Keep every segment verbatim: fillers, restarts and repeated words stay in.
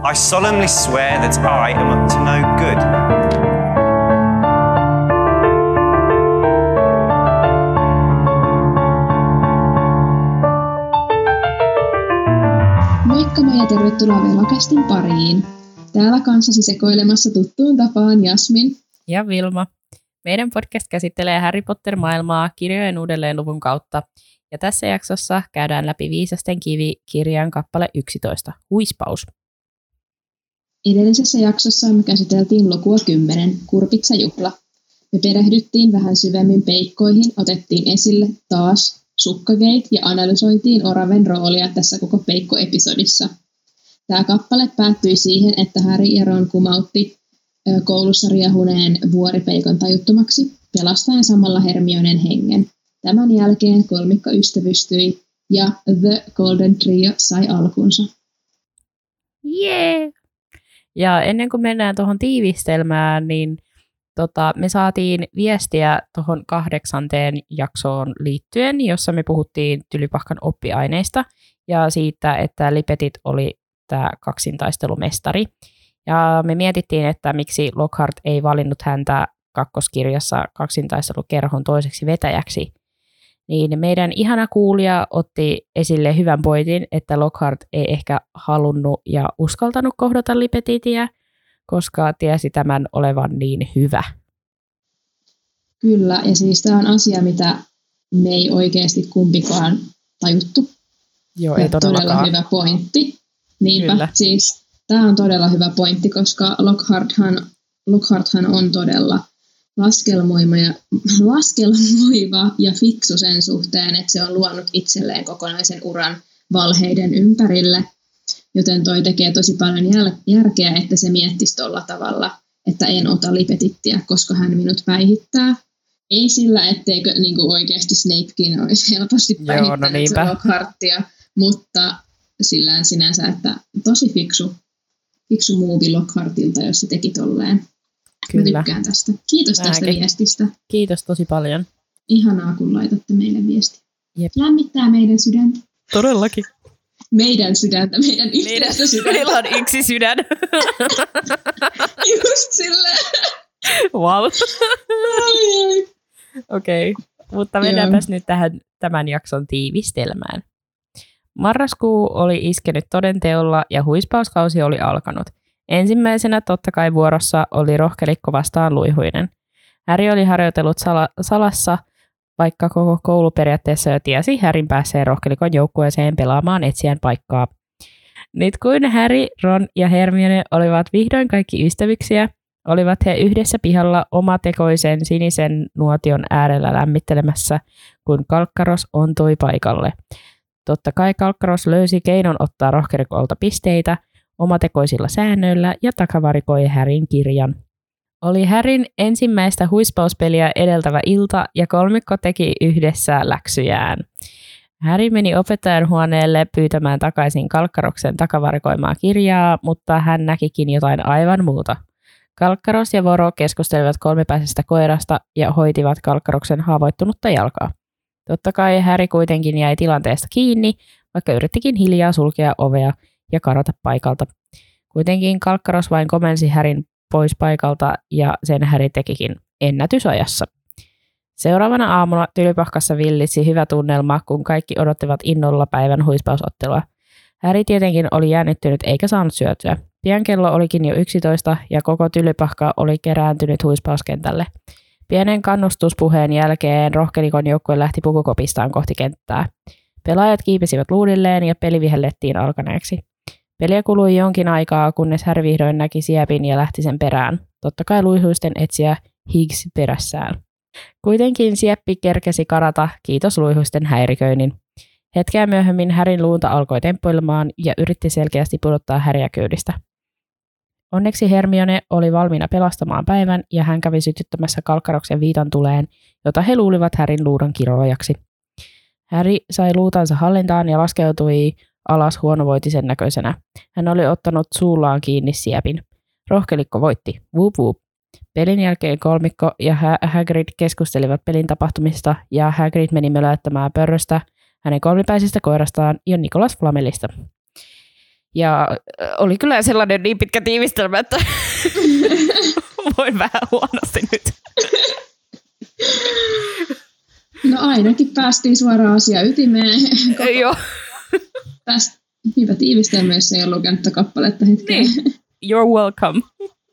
I solemnly swear that I am up to no good. Moikka ja tervetuloa Velokastin pariin. Täällä kanssasi sekoilemassa tuttuun tapaan Jasmin ja Vilma. Meidän podcast käsittelee Harry Potter-maailmaa kirjojen uudelleenluvun kautta. Ja tässä jaksossa käydään läpi Viisasten kivi -kirjan kappale yksitoista, Huispaus. Edellisessä jaksossa me käsiteltiin lukua kymmenen, Kurpitsa-juhla. Me perehdyttiin vähän syvemmin peikkoihin, otettiin esille taas Sukkagate ja analysoitiin Oraven roolia tässä koko peikko-episodissa. Tämä kappale päättyi siihen, että Harry ja Ron kumautti koulussa riehuneen vuoripeikon tajuttomaksi, pelastaen samalla Hermionen hengen. Tämän jälkeen kolmikko ystävystyi ja The Golden Trio sai alkunsa. Jee! Ja ennen kuin mennään tuohon tiivistelmään, niin tota, me saatiin viestiä tuohon kahdeksanteen jaksoon liittyen, jossa me puhuttiin Tylypahkan oppiaineista ja siitä, että Lipetit oli tämä kaksintaistelumestari. Ja me mietittiin, että miksi Lockhart ei valinnut häntä kakkoskirjassa kaksintaistelukerhon toiseksi vetäjäksi. Niin meidän ihana kuulija otti esille hyvän pointin, että Lockhart ei ehkä halunnut ja uskaltanut kohdata Lipetitiä, koska tiesi tämän olevan niin hyvä. Kyllä, ja siis tämä on asia, mitä me ei oikeasti kumpikaan tajuttu. Joo, ei todellakaan. Todella hyvä pointti. Niinpä, Kyllä. Siis tämä on todella hyvä pointti, koska Lockharthan, Lockharthan on todella laskelmoiva ja, laskelmoiva ja fiksu sen suhteen, että se on luonut itselleen kokonaisen uran valheiden ympärille, joten toi tekee tosi paljon jäl- järkeä, että se miettisi tuolla tavalla, että en ota Lipetittiä, koska hän minut päihittää. Ei sillä, etteikö niin kuin oikeasti Snapekin olisi helposti päihittänyt no Lockhartia, mutta sillään sinänsä, että tosi fiksu, fiksu muuvi Lockhartilta, jos se teki tolleen. Kyllä. Mä tykkään tästä. Kiitos Mäkin. tästä viestistä. Kiitos tosi paljon. Ihanaa, kun laitatte meille viestiä. Jep. Lämmittää meidän sydäntä. Todellakin. Meidän sydäntä, meidän yhteistä sydäntä. Meillä on yksi sydän. Just silleen. Wow. Okei, okay. Mutta mennäänpäs nyt tähän tämän jakson tiivistelmään. Marraskuu oli iskenyt todenteolla ja huispauskausi oli alkanut. Ensimmäisenä totta kai vuorossa oli rohkelikko vastaan luihuinen. Harry oli harjoitellut sala- salassa, vaikka koko koulu periaatteessa jo tiesi Harryn päässeen rohkelikon joukkueeseen pelaamaan etsijän paikkaa. Nyt kun Harry, Ron ja Hermione olivat vihdoin kaikki ystävyksiä, olivat he yhdessä pihalla omatekoisen sinisen nuotion äärellä lämmittelemässä, kun Kalkkaros ontui paikalle. Totta kai Kalkkaros löysi keinon ottaa rohkelikolta pisteitä omatekoisilla säännöillä ja takavarikoi Harryn kirjan. Oli Harryn ensimmäistä huispauspeliä edeltävä ilta ja kolmikko teki yhdessä läksyjään. Harry meni opettajan huoneelle pyytämään takaisin Kalkkaroksen takavarikoimaa kirjaa, mutta hän näkikin jotain aivan muuta. Kalkkaros ja Voro keskustelivat kolmipäisestä koirasta ja hoitivat Kalkkaroksen haavoittunutta jalkaa. Totta kai Harry kuitenkin jäi tilanteesta kiinni, vaikka yrittikin hiljaa sulkea ovea ja karata paikalta. Kuitenkin Kalkkaros vain komensi Harryn pois paikalta ja sen Harry tekikin ennätysajassa. Seuraavana aamuna Tylypahkassa villitsi hyvä tunnelma, kun kaikki odottivat innolla päivän huispausottelua. Harry tietenkin oli jännittynyt eikä saanut syötyä. Pian kello olikin jo yksitoista ja koko Tylypahka oli kerääntynyt huispauskentälle. Pienen kannustuspuheen jälkeen rohkelikon joukkue lähti pukukopistaan kohti kenttää. Pelaajat kiipesivät luudilleen ja peli vihellettiin alkaneeksi. Peliä kului jonkin aikaa, kunnes Harry vihdoin näki siepin ja lähti sen perään. Totta kai luihuisten etsiä Higgs perässään. Kuitenkin sieppi kerkesi karata, kiitos luihuisten häiriköinnin. Hetkeä myöhemmin Harryn luunta alkoi temppuilemaan ja yritti selkeästi pudottaa Harryä kyydistä. Onneksi Hermione oli valmiina pelastamaan päivän ja hän kävi sytyttämässä Kalkkaroksen viitan tuleen, jota he luulivat Harryn luudan kiroajaksi. Harry sai luutansa hallintaan ja laskeutui alas huonovoitisen näköisenä. Hän oli ottanut suullaan kiinni siepin. Rohkelikko voitti. Wup wup. Pelin jälkeen kolmikko ja Hagrid keskustelivat pelin tapahtumista ja Hagrid meni möläyttämään pörröstä hänen kolmipäisestä koirastaan ja Nicholas Flamellista. Ja oli kyllä sellainen niin pitkä tiivistelmä, että voin vähän huonosti nyt. No ainakin päästiin suoraan asiaan ytimeen. Joo. Tästä hyvä tiivistelmä, jos ei ole lukenut kappaletta hetkeä. Niin. You're welcome.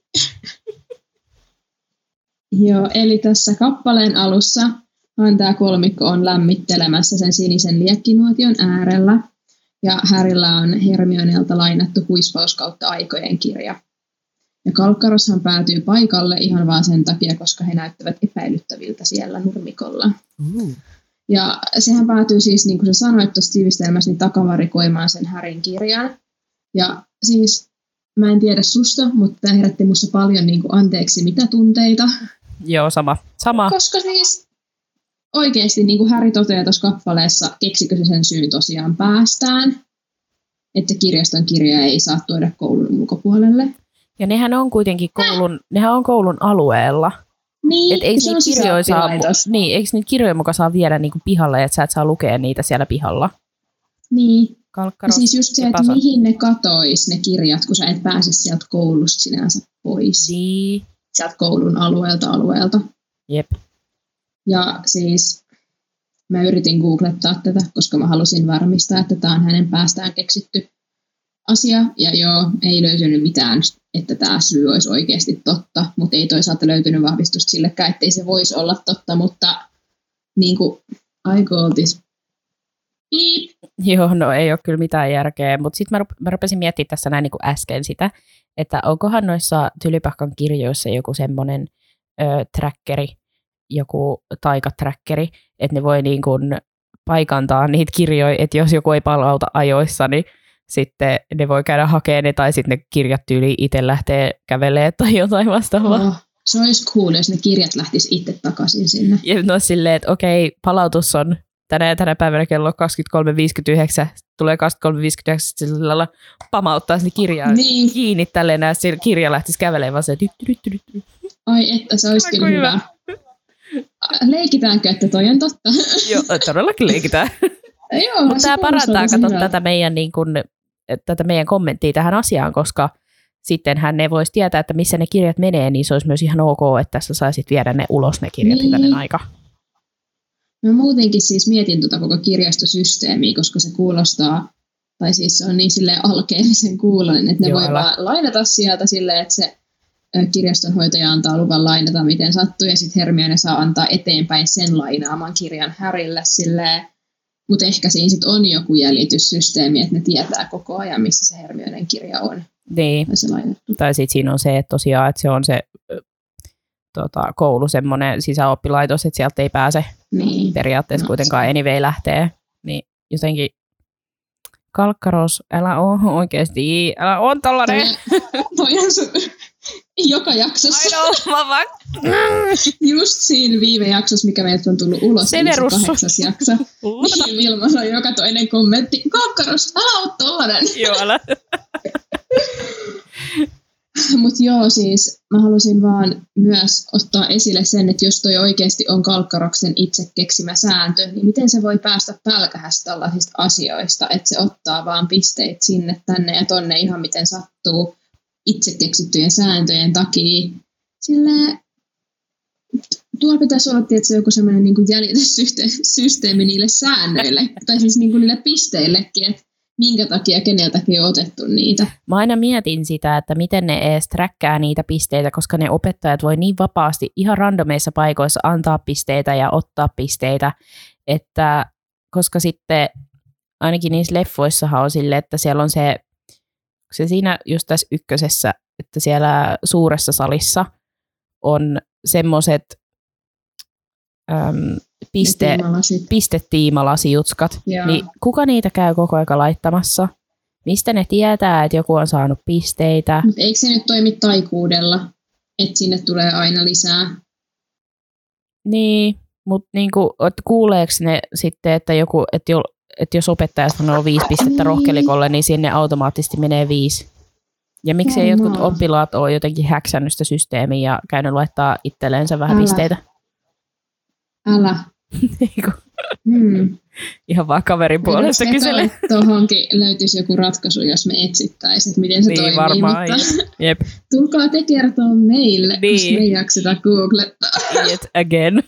Joo, eli tässä kappaleen alussa tämä kolmikko on lämmittelemässä sen sinisen liekkinuotion äärellä. Ja Harryllä on Hermionelta lainattu huispaus kautta aikojen kirja. Ja Kalkkaroshan päätyy paikalle ihan vaan sen takia, koska he näyttävät epäilyttäviltä siellä nurmikolla. Mm. Ja sehän päätyy siis, niin kuin sä sanoit tuossa tiivistelmässä, niin takavarikoimaan sen Harryn kirjan. Ja siis, mä en tiedä susta, mutta tämä herätti musta paljon niin kuin anteeksi mitä tunteita. Joo, sama. sama. Koska siis oikeasti niin kuin Harry toteaa tuossa kappaleessa, keksikö se sen syyn tosiaan päästään, että kirjaston kirja ei saa tuoda koulun ulkopuolelle. Ja nehän on kuitenkin koulun, nehän on koulun alueella. Niin, et eikö, niitä kirjoja saa, niin, eikö niitä kirjoja mukaan saa viedä niinku pihalle, että sä et saa lukea niitä siellä pihalla? Niin. Kalkkaros, ja siis just se, että mihin ne katois ne kirjat, kun sä et pääse sieltä koulusta sinänsä pois. Niin. Sieltä koulun alueelta alueelta. Jep. Ja siis mä yritin googlettaa tätä, koska mä halusin varmistaa, että tämä on hänen päästään keksitty asia. Ja joo, ei löytynyt mitään, että tämä syy olisi oikeasti totta, mutta ei toisaalta löytynyt vahvistusta sillekään, ettei se voisi olla totta, mutta niin kuin I call this beep. Joo, no ei ole kyllä mitään järkeä, mutta sitten mä, rup- mä rupesin miettimään tässä näin niin kuin äsken sitä, että onkohan noissa Tylypahkan kirjoissa joku semmoinen ö, trackeri, joku taikatrackeri, että ne voi niin kuin paikantaa niitä kirjoja, että jos joku ei palauta ajoissa, niin sitten ne voi käydä hakemaan ne, tai sitten ne kirjat tyyliin itse lähtee kävelemään tai jotain vastaavaa. Oh, se olisi cool, jos ne kirjat lähtis itse takaisin sinne. Ja no silleen, että okei, palautus on tänä, tänä päivänä kello kaksikymmentäkolme viisikymmentäyhdeksän, tulee kaksikymmentäkolme viisikymmentäyhdeksän, sillä lailla pamauttaa sinne kirjaa niin kiinni tälleen, ja kirja lähtisi kävelemään vaan se tytty. Ai että, se olisi kyllä hyvä. hyvä. Leikitäänkö, että toi on totta? Joo, todellakin leikitään. Mutta tämä parantaa, kato tätä meidän, niin kun, tätä meidän kommenttia tähän asiaan, koska sitten hän ne voisi tietää, että missä ne kirjat menee, niin se olisi myös ihan ok, että tässä saisit viedä ne ulos ne kirjat niin hyvänen aika. Mä muutenkin siis mietin tuota koko kirjastosysteemiä, koska se kuulostaa, tai siis se on niin silleen alkeellisen kuuloinen, että ne Joo, voi älä. vaan lainata sieltä silleen, että se kirjastonhoitaja antaa luvan lainata miten sattuu, ja sitten Hermione saa antaa eteenpäin sen lainaaman kirjan Harrylle silleen. Mutta ehkä siinä sit on joku jäljityssysteemi, että ne tietää koko ajan, missä se Hermionen kirja on. Niin. Tai sitten siinä on se, että tosiaan, että se on se tota, koulu, semmoinen sisäoppilaitos, että sieltä ei pääse niin. periaatteessa no, kuitenkaan se. Anyway lähtee. Niin jotenkin Kalkkaros, älä oo oikeasti, älä oo tollanen. Toi on sun joka jaksossa. I know, mä vaan. Just siinä viime jaksossa, mikä meiltä on tullut ulos, eli se kahdeksas jakso. Niin Vilma sanoi joka toinen kommentti, Kalkkaros, älä oo tollanen. Joo, älä. Mutta joo, siis mä halusin vaan myös ottaa esille sen, että jos toi oikeasti on Kalkkaroksen itse keksimä sääntö, niin miten se voi päästä pälkähästä tällaisista asioista, että se ottaa vaan pisteet sinne, tänne ja tonne ihan miten sattuu itse keksittyjen sääntöjen takia. Sillä tuolla pitäisi olla tietysti joku sellainen niin kuin jäljityssysteemi niille säännöille, tai siis niin kuin niille pisteillekin, että minkä takia keneltäkin on otettu niitä. Mä aina mietin sitä, että miten ne edes träkkää niitä pisteitä, koska ne opettajat voi niin vapaasti ihan randomeissa paikoissa antaa pisteitä ja ottaa pisteitä, että koska sitten ainakin niissä leffoissahan on silleen, että siellä on se, se siinä just tässä ykkösessä, että siellä suuressa salissa on semmoiset äm, piste, pistetiimalasijutskat, niin kuka niitä käy koko aika laittamassa? Mistä ne tietää, että joku on saanut pisteitä? Mut eikö se nyt toimi taikuudella, että sinne tulee aina lisää? Niin, mutta niinku, kuuleeko ne sitten, että, joku, että, jo, että jos opettaja sanoo viisi pistettä rohkelikolle, niin sinne automaattisesti menee viisi. Ja miksei jotkut oppilaat ole jotenkin häksännyt sitä systeemiä ja käynyt laittaa itselleensä vähän Älä. pisteitä? Älä. Hmm. Ihan vaan kaverin puolesta kyselen. Tuohonkin löytyisi joku ratkaisu, jos me etsittäisiin, että miten se niin, toimii. Varmaan, mutta jep. tulkaa te kertoa meille, niin. Koska me ei jakseta googlettaa. Yet again.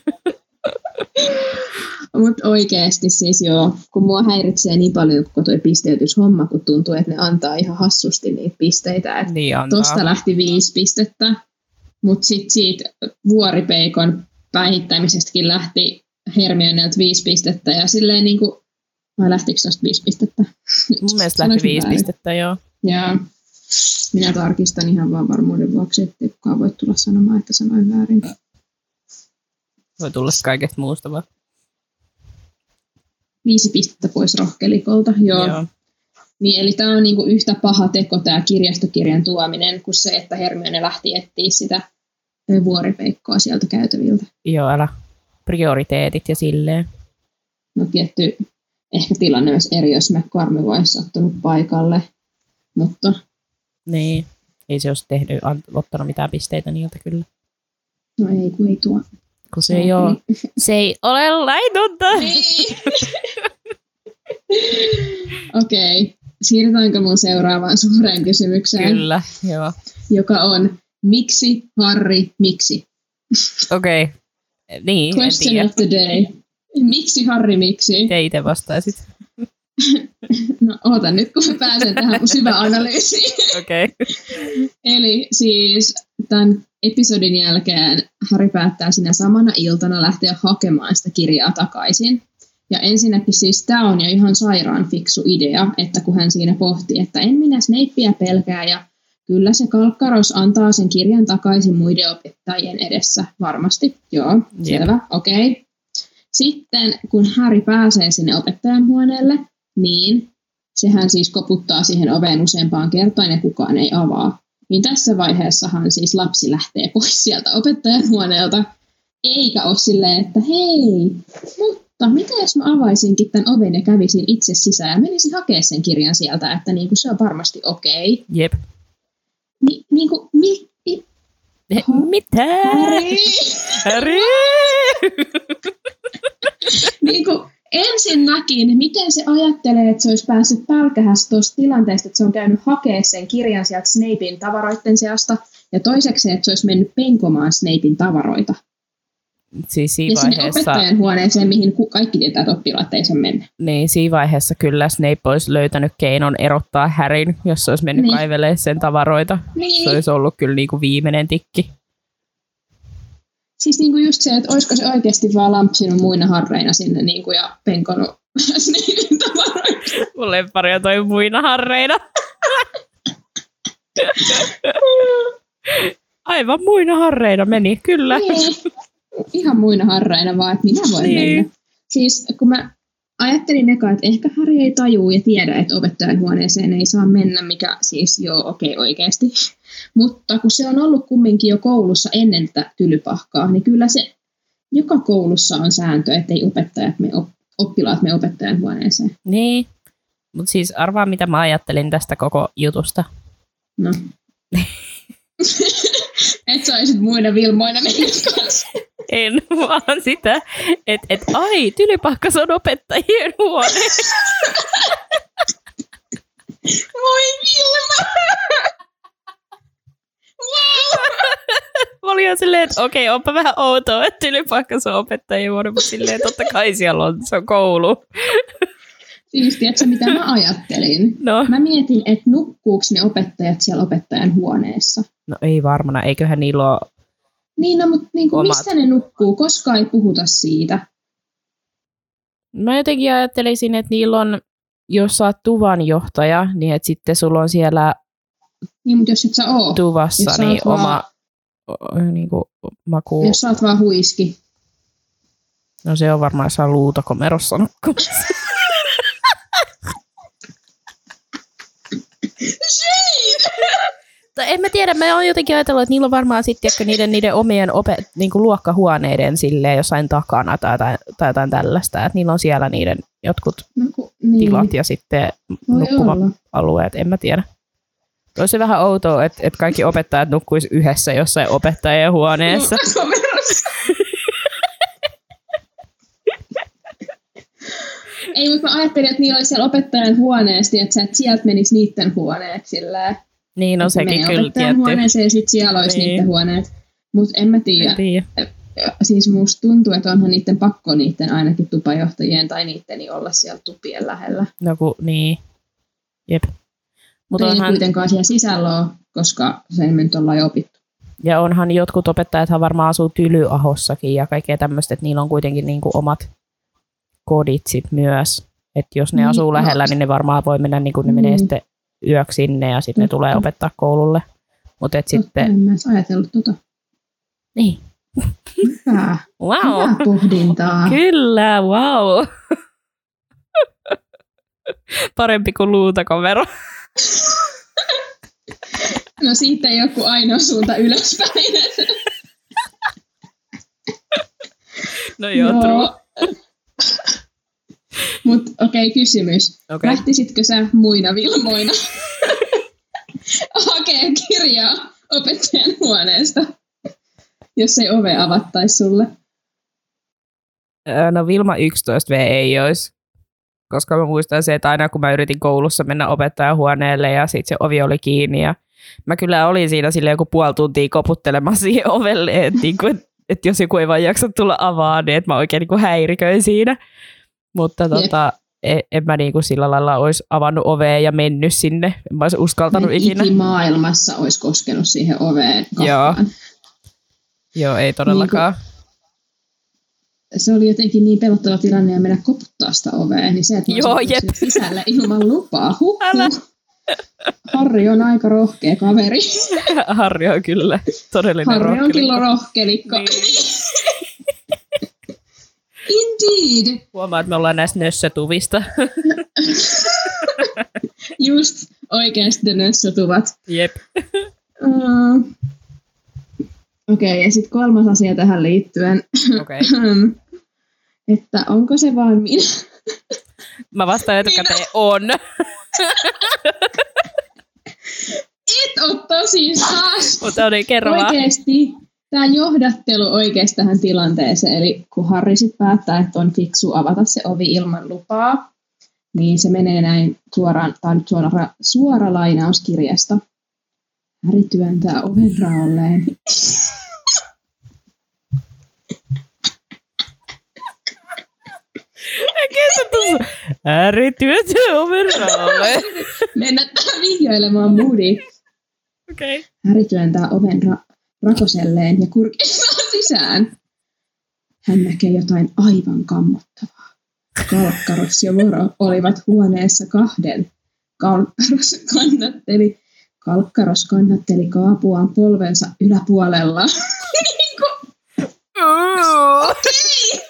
Mutta oikeasti siis joo, kun mua häiritsee niin paljon koko tuo pisteytyshomma, kun tuntuu, että ne antaa ihan hassusti niitä pisteitä. Niin antaa. Tosta lähti viisi pistettä, mutta sitten siitä vuoripeikon päihittämisestäkin lähti Hermionelta viisi pistettä ja silleen niinku, vai lähtikö tosta viisi pistettä? Mun mielestä lähti viisi pistettä, joo. Ja minä tarkistan ihan vaan varmuuden vuoksi, että kukaan voi tulla sanomaan, että sanoin väärin. Voi tulla kaikesta muusta vaan. Viisi pistettä pois rohkelikolta, joo. joo. Niin, eli tämä on niinku yhtä paha teko, tämä kirjastokirjan tuominen, kuin se, että Hermione lähti etsiä sitä vuoripeikkoa sieltä käytäviltä. Joo, älä. Prioriteetit ja silleen. No tietty, ehkä tilanne olisi eri, jos McCormick olisi sattunut paikalle, mutta... Niin, ei se olisi tehnyt, ottanut mitään pisteitä niiltä kyllä. No ei, kun ei tuo... Kun se ei ole, se ei ole laitonta. Niin. Okei, okay. Siirrytäänkö mun seuraavaan suureen kysymykseen? Kyllä, joo. Joka on, miksi, Harry, miksi? Okei, okay. Niin, question of the day. Miksi, Harry, miksi? Te itse vastaisit. No oota nyt, kun mä pääsen tähän syväanalyysiin. Okei. Okay. Eli siis tämän episodin jälkeen Harry päättää sinä samana iltana lähteä hakemaan sitä kirjaa takaisin. Ja ensinnäkin siis tämä on jo ihan sairaan fiksu idea, että kun hän siinä pohtii, että en minä Snapeä pelkää ja kyllä se Kalkkaros antaa sen kirjan takaisin muiden opettajien edessä. Varmasti, joo, selvä, okei. Okay. Sitten kun Harry pääsee sinne opettajan huoneelle, niin sehän siis koputtaa siihen oveen useampaan kertaan ja kukaan ei avaa. Niin tässä vaiheessahan siis lapsi lähtee pois sieltä opettajan huoneelta, eikä ole silleen, että hei, mutta mitä jos mä avaisinkin tämän oven ja kävisin itse sisään ja menisin hakemaan sen kirjan sieltä, että niinku se on varmasti okei. Okay. Jep. Ni, niinku, mi, mi, mitä? Harry! Harry! Niinku, ensinnäkin, miten se ajattelee, että se olisi päässyt pälkähästä tuosta tilanteesta, että se on käynyt hakemaan sen kirjan sieltä Snapein tavaroiden seasta, ja toiseksi, että se olisi mennyt penkomaan Snapein tavaroita. Siis siinä ja sinne vaiheessa... opettajan huoneeseen, mihin kaikki tietää, että oppilaat ei saa mennä. Niin, siinä vaiheessa kyllä Snape olisi löytänyt keinon erottaa Harryn, jos se olisi mennyt niin. kaivelemaan sen tavaroita. Niin. Se olisi ollut kyllä niinku viimeinen tikki. Siis niinku just se, että olisiko se oikeasti vaan lampsinut muina harreina sinne niinku ja penkonut Snapein tavaroita. Mun lemppari on toi muina harreina. Aivan muina harreina meni, kyllä. Niin. Ihan muina harreina vaan, että minä voin niin. mennä. Siis kun mä ajattelin eka, että ehkä Harry ei tajuu ja tiedä, että opettajan huoneeseen ei saa mennä, mikä siis joo, okei okay, oikeasti. Mutta kun se on ollut kumminkin jo koulussa ennen tätä tylypahkaa, niin kyllä se joka koulussa on sääntö, että ei opettajat me oppilaat me opettajan huoneeseen. Niin, mutta siis arvaa mitä mä ajattelin tästä koko jutusta. No. Et sä olisit muina vilmoina meidän kanssa. En vaan sitä, että et, ai, tylypahkas on opettajien huone. Voi Vilma! Wow! Mä olin jo silleen, että okei, okay, onpa vähän outoa, että tylypahkas on opettajien huone, mutta silleen totta kai siellä on, se on koulu. Siis tiedätkö, mitä mä ajattelin? No. Mä mietin, että nukkuuko ne opettajat siellä opettajan huoneessa. No ei varmana, eiköhän niillä ole niin, no, mutta niin kuin, missä ne nukkuu? Koska ei puhuta siitä. Mä jotenkin ajattelisin, että niillä on, jos sä oot tuvanjohtaja, niin että sitten sulla on siellä niin, mutta jos et sä oo. tuvassa niin oma vaan, niin kuin, maku. Jos sä oot vaan huiski. No se on varmaan jossain luutakomerossa nukkumassa. En mä tiedä, mä oon jotenkin ajatellut, että niillä on varmaan sitten niiden, niiden omien ope, niin kuin luokkahuoneiden silleen jossain takana tai, tai, tai jotain tällaista, että niillä on siellä niiden jotkut no, ku, niin. tilat ja sitten nukkuma-alueet, en mä tiedä. Olisi vähän outoa, että, että kaikki opettajat nukkuisi yhdessä jossain opettajien huoneessa. Ei, mutta mä ajattelin, että niillä oli siellä opettajan huoneesti, että sieltä menisi niiden huoneet silleen. Niin, no sekin kyllä opettajan huoneeseen ja sitten siellä olisi niin. niiden huoneet. Mutta en mä tiedä. Siis musta tuntuu, että onhan niiden pakko niiden ainakin tupajohtajien tai niiden olla siellä tupien lähellä. No ku, niin. Jep. Mutta ei onhan... kuitenkaan siellä sisällä ole, koska se ei nyt olla jo opittu. Ja onhan jotkut opettajathan varmaan asuu Tylyahossakin ja kaikkea tämmöistä, että niillä on kuitenkin niinku omat kodit sit myös. Että jos ne niin, asuu lähellä, no. niin ne varmaan voi mennä, niin kuin ne mm. menee sitten yöksi sinne ja sitten ne tulee opettaa koululle. Mut et sitten... En mä edes ajatellut tota. Niin. Hyvä. Wow. Hyvä pohdintaa. Kyllä, wow. Parempi kuin luutakomero. No siitä ei joku ainoa suunta ylöspäin. No joo, no. True. Mut okei, okay, kysymys. Okay. Lähtisitkö sä muina vilmoina hakee kirjaa opettajan huoneesta, jos ei ove avattaisi sulle? No Vilma yksitoista V ei olisi, koska mä muistan se, että aina kun mä yritin koulussa mennä opettajan huoneelle ja sitten se ovi oli kiinni ja mä kyllä olin siinä silleen joku puoli tuntia koputtelemassa siihen ovelle, että niinku, et, et jos joku ei vaan jaksa tulla avaa, niin että mä oikein niinku häiriköin siinä. Mutta tota, en, en mä niinku sillä lailla olisi avannut ovea ja mennyt sinne. En mä olisi uskaltanut en ikinä. Ikimaailmassa olisi koskenut siihen oveen kahtaan. Joo. Joo, ei todellakaan. Niin se oli jotenkin niin pelottava tilanne ja mennä koputtaa sitä ovea, niin se, että Joo, jep. sisälle ilman lupaa. Huh, huh. Harri on aika rohkea kaveri. Harri on kyllä todellinen Harri rohkelikko. on kyllä rohkelikko. Niin. Indeed. Huomaa, että me ollaan näistä nössötuvista. Just oikeasti nössötuvat. Jep. Uh, Okei, okay, ja sitten kolmas asia tähän liittyen. Okay. Että onko se vaan minä? Mä vastaan etukäteen on. Et oo tosissaan. Mutta on, niin kerro vaan. Oikeesti. Tämä johdattelu oikeasti tähän tilanteeseen, eli kun Harri sit päättää, että on fiksu avata se ovi ilman lupaa, niin se menee näin suoraan, tämä on nyt suora, suora lainaus kirjasta. Harri työntää oven raolleen. Harri työntää oven raolleen. Mennään vihjailemaan moodi. Okay. Harri työntää oven ra- rakoselleen ja kurkistaa sisään. Hän näkee jotain aivan kammottavaa. Kalkkaros ja Voro olivat huoneessa kahden. Kalkkaros kannatteli, Kalkkaros kannatteli kaapuaan polvensa yläpuolella. Okei!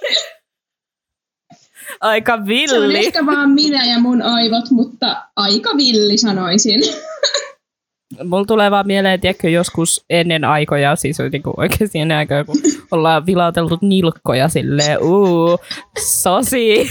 Aika villi. Se on ehkä vaan minä ja mun aivot, mutta aika villi sanoisin. Mulla tulee vaan mieleen, tiedätkö, joskus ennen aikoja, siis niin oikeasti ennen aikoja, kun ollaan vilauteltu nilkkoja silleen, uu, sosi.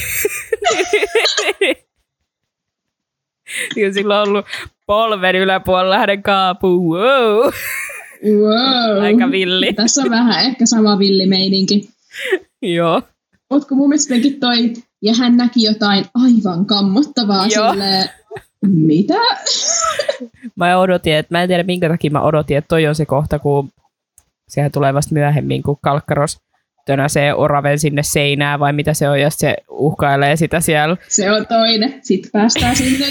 Ja sillä on ollut polven yläpuolella hänen kaapuu, wow. Wow. Aika villi. Tässä on vähän ehkä sama villimeininki. Joo. Ootko mun mielestä toi, ja hän näki jotain aivan kammottavaa silleen, mitä? Mä odotin, että mä en tiedä minkä takia mä odotin, että toi on se kohta, kun sehän tulee vasta myöhemmin, kun Kalkkaros tönäsee oraven sinne seinään, vai mitä se on, ja se uhkailee sitä siellä. Se on toinen. Sitten päästään sinne.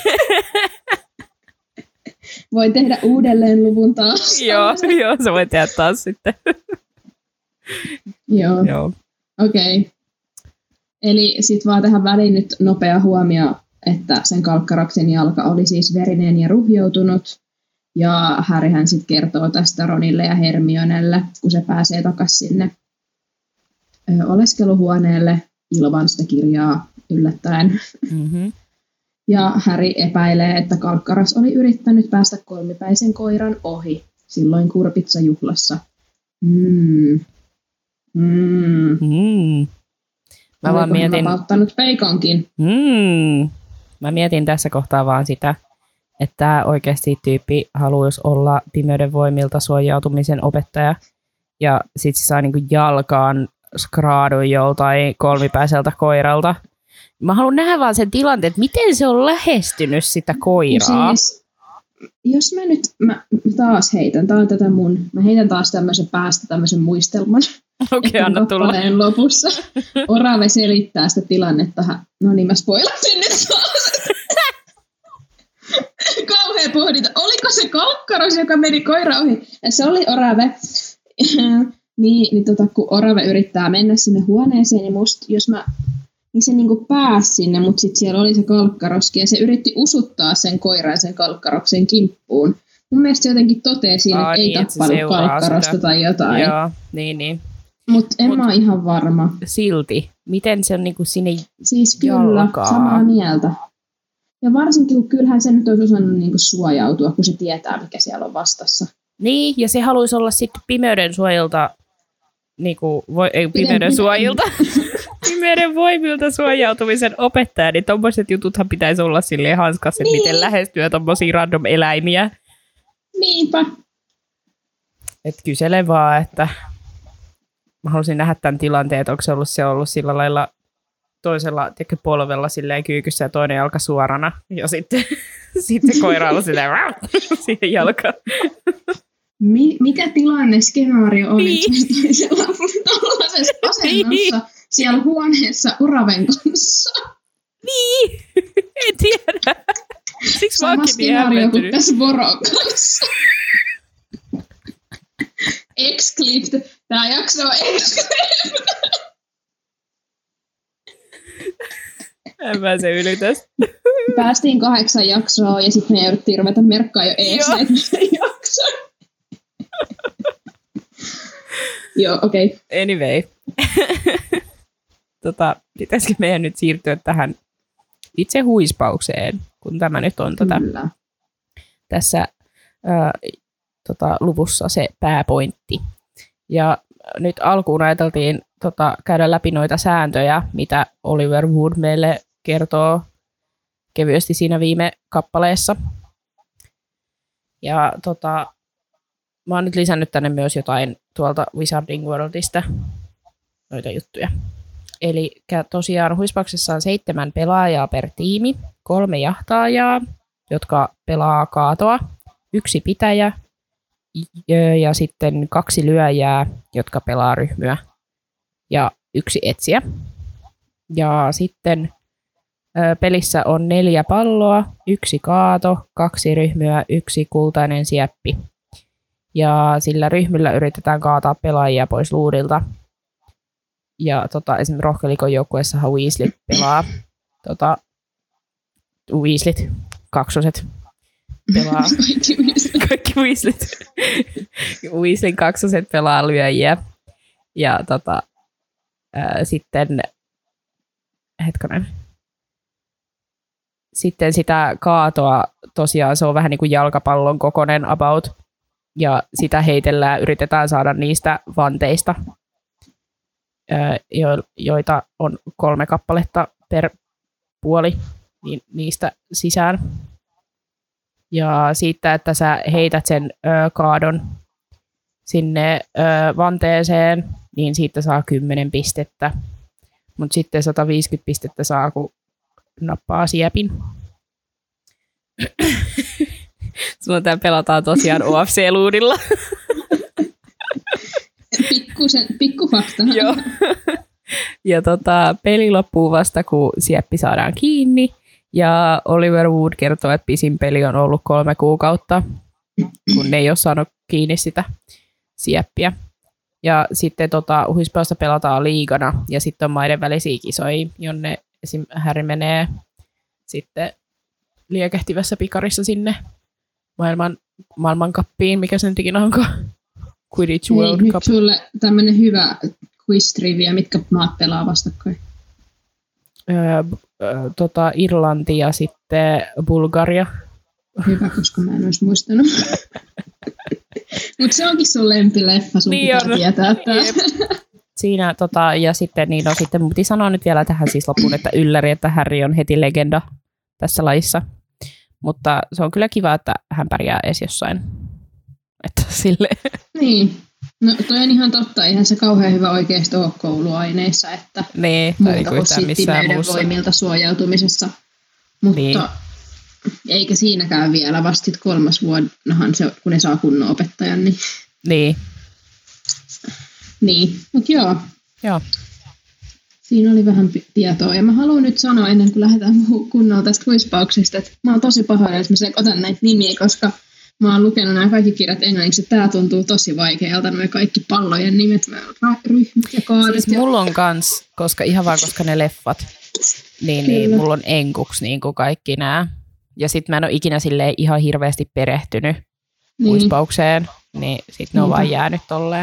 Voi tehdä uudelleen luvun taas. Joo, joo, se voi tehdä taas sitten. Joo. Joo. Okei. Okay. Eli sitten vaan tähän väliin nyt nopea huomio, että sen Kalkkaroksen jalka oli siis verinen ja ruhjoutunut. Ja Harryhän sitten kertoo tästä Ronille ja Hermionelle, kun se pääsee takaisin sinne ö, oleskeluhuoneelle ilman sitä kirjaa yllättäen. Mm-hmm. Ja Harry epäilee, että Kalkkaros oli yrittänyt päästä kolmipäisen koiran ohi silloin Kurpitsa-juhlassa. Mm. Mm. Mm. Mä vaan mietin... vapauttanut peikonkin. Mm. Mä mietin tässä kohtaa vaan sitä, että oikeasti tyyppi haluaisi olla pimeyden voimilta suojautumisen opettaja. Ja sit se saa niinku jalkaan skraadun joltain kolmipäiseltä koiralta. Mä haluan nähdä vaan sen tilanteen, että miten se on lähestynyt sitä koiraa. Siis, jos mä nyt, mä taas heitän, tää on tätä mun, mä heitän taas tämmöisen päästä tämmöisen muistelman. Okei, okay, anna tulla. Lopussa orave selittää sitä tilannetta. No niin, mä spoilasin nyt taas. Kauhea pohdinta. Oliko se kalkkaros, joka meni koira ohi? Ja se oli orave. niin, niin tota, kun orave yrittää mennä sinne huoneeseen, niin musta, jos mä, niin se niinku pääsi sinne, mutta sitten siellä oli se kalkkaroskin, ja se yritti usuttaa sen koiran sen kalkkaroksen kimppuun. Mun mielestä se jotenkin totesi siinä, että niin, ei tappanut kalkkarosta sitä. Tai jotain. Joo, niin, niin. Mutta en Mut mä ole ihan varma. Silti, miten se on niinku sinne siis kyllä, jalkaa? Samaa mieltä. Ja varsinkin, kun kyllähän se nyt olisi osannut niinku suojautua, kun se tietää, mikä siellä on vastassa. Niin, ja se haluaisi olla sitten pimeyden suojelta, niinku, voi, ei pimeyden suojelta, pimeyden voimilta suojautumisen opettaja, niin tommoiset jututhan pitäisi olla silleen hanskassa, niin. Miten lähestyä tommosia random eläimiä. Niinpä. Et kysele vaan, että mä haluaisin nähdä tämän tilanteen, että onko se ollut, se ollut sillä lailla toisella tiedätkö, polvella silleen kyykyssä ja toinen jalka suorana. Ja sitten, sitten koira on silleen siihen jalkaan. Mi- mikä tilanne, skenaario oli niin. Toisella tuollaisessa asennossa niin. Siellä huoneessa oraven kanssa? Niin, en tiedä. Siksi sama skenaario kuin tässä Voron kanssa. Exclived. Tämä jakso on exclived. En mä se yli tästä. Päästiin kahdeksan jaksoa ja sitten me jouduttiin ruveta merkkaa jo ees näitä jaksoja. Joo, okei. Okay. Anyway. tota, pitäisikö meidän nyt siirtyä tähän itse huispaukseen, kun tämä nyt on tota, tässä ää, tota, luvussa se pääpointti. Ja nyt alkuun ajateltiin tota, käydä läpi noita sääntöjä, mitä Oliver Wood meille kertoo kevyesti siinä viime kappaleessa. Ja tota, mä oon nyt lisännyt tänne myös jotain tuolta Wizarding Worldista noita juttuja. Eli tosiaan huispauksessa on seitsemän pelaajaa per tiimi, kolme jahtaajaa, jotka pelaa kaatoa, yksi pitäjä ja sitten kaksi lyöjää, jotka pelaa ryhmyä ja yksi etsiä. Ja sitten pelissä on neljä palloa, yksi kaato, kaksi ryhmyä, yksi kultainen sieppi. Ja sillä ryhmyllä yritetään kaataa pelaajia pois luudilta. Ja tota, esimerkiksi Rohkelikon joukkueessahan Weasley pelaa. Tota, Weasleyt, kaksoset pelaa. Kaikki Weasleyt. Weasleyn kaksoset pelaa lyöjiä. Ja tota, ää, sitten, hetkonen. Sitten sitä kaatoa, tosiaan se on vähän niin kuin jalkapallon kokoinen about. Ja sitä heitellään, yritetään saada niistä vanteista, joita on kolme kappaletta per puoli, niin niistä sisään. Ja siitä, että sä heität sen ö, kaadon sinne ö, vanteeseen, niin siitä saa kymmenen pistettä. Mutta sitten sata viisikymmentä pistettä saa, kun nappaa siepin. Sulla tää pelataan tosiaan O F C-luudilla. Pikkusen, pikkufakta. Joo. Ja tota, peli loppuu vasta, kun sieppi saadaan kiinni. Ja Oliver Wood kertoo, että pisin peli on ollut kolme kuukautta, kun ne ei ole saanut kiinni sitä sieppiä. Ja sitten tota, huispausta pelataan liigana ja sitten on maiden välisiä kisoja, jonne esim. Harry menee sitten liekehtivässä pikarissa sinne maailman, maailmankappiin, mikä sen ikinä onko. Quidditch World Hei, Cup. Nyt sulle tämmönen hyvä quiz-trivia, mitkä maat pelaa vastakkain? Öö, öö, tota, Irlanti ja sitten Bulgaria. Hyvä, koska mä en olisi muistanut. Mutta se onkin sun lempileffa, sun niin pitää on. Tietää. Siinä, tota, ja sitten, niin no, sitten mun piti sanoa nyt vielä tähän siis loppuun, että ylläri, että Harry on heti legenda tässä lajissa. Mutta se on kyllä kiva, että hän pärjää edes jossain. Että silleen. Niin. No toi on ihan totta, eihän se kauhean hyvä oikeasti ole kouluaineissa, että niin, muuta kuin sittimeyden voimilta suojautumisessa. Mutta niin. Eikä siinäkään vielä, vasta sit kolmas vuonnahan se, kun ne saa kunnon opettajan. Niin, niin. niin. Mutta joo. joo. Siinä oli vähän tietoa. Ja mä haluan nyt sanoa ennen kuin lähdetään kunnolla tästä huispauksesta, että mä oon tosi pahoillani, että mä otan näitä nimiä, koska mä oon lukenut nämä kaikki kirjat englanniksi, että tää tuntuu tosi vaikealta, nämä kaikki pallojen nimet, ryhmät ja kaadet. Siis ja... mulla on kans, koska ihan vaan koska ne leffat, niin, niin mulla on enkuksi niin kuin kaikki nämä. Ja sit mä en ole ikinä silleen ihan hirveästi perehtynyt niin. huispaukseen, niin sit ne on Niinpä. vaan jäänyt tolleen.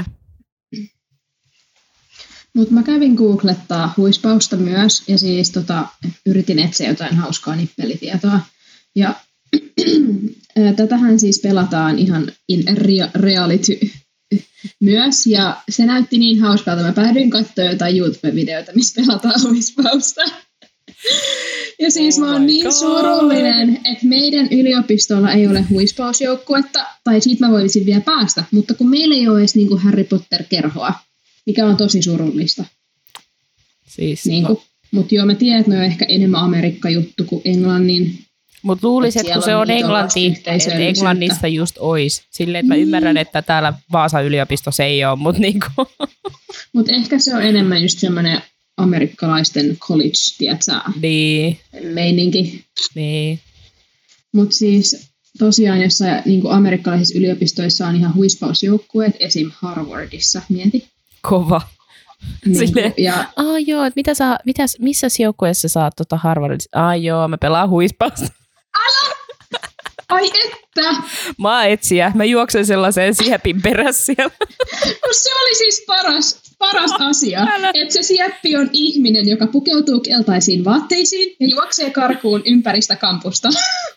Mutta mä kävin googlettaa huispausta myös, ja siis tota, yritin etsiä jotain hauskaa nippelitietoa. Ja tätähän siis pelataan ihan in reality myös, ja se näytti niin hauskalta. Mä päädyin katsoa jotain YouTube-videoita, missä pelataan huispausta. Ja siis oh mä oon niin God. surullinen, että meidän yliopistolla ei ole huispausjoukkuetta, tai siitä mä voisin vielä päästä, mutta kun meillä ei ole edes niin kuin Harry Potter-kerhoa, mikä on tosi surullista. Siis, niin no. Mutta joo, mä tiedän, että ne on ehkä enemmän Amerikka-juttu kuin Englannin. Mutta luulisin, että kun se on englanti, että Englannissa just ois. Silleen, että mä ymmärrän, että täällä Vaasan yliopistossa ei ole, mutta niinku. Mut ehkä se on enemmän just semmoinen amerikkalaisten college, tiedätkö, niin. meininki. Niin. Mutta siis tosiaan jossain niin amerikkalaisissa yliopistoissa on ihan huispausjoukkueet, esim. Harvardissa, mieti. Kova. Niin, Silleen, ja... ah joo, että mitä sä, mitäs, missä joukkueessa saat tota Harvardissa? Ah joo, mä pelaan huispausta. Älä! Ai että! Mä oon etsiä, mä juoksen sellaiseen siepin perässä siellä. No se oli siis paras, paras asia, että se sieppi on ihminen, joka pukeutuu keltaisiin vaatteisiin ja juoksee karkuun ympäristä kampusta.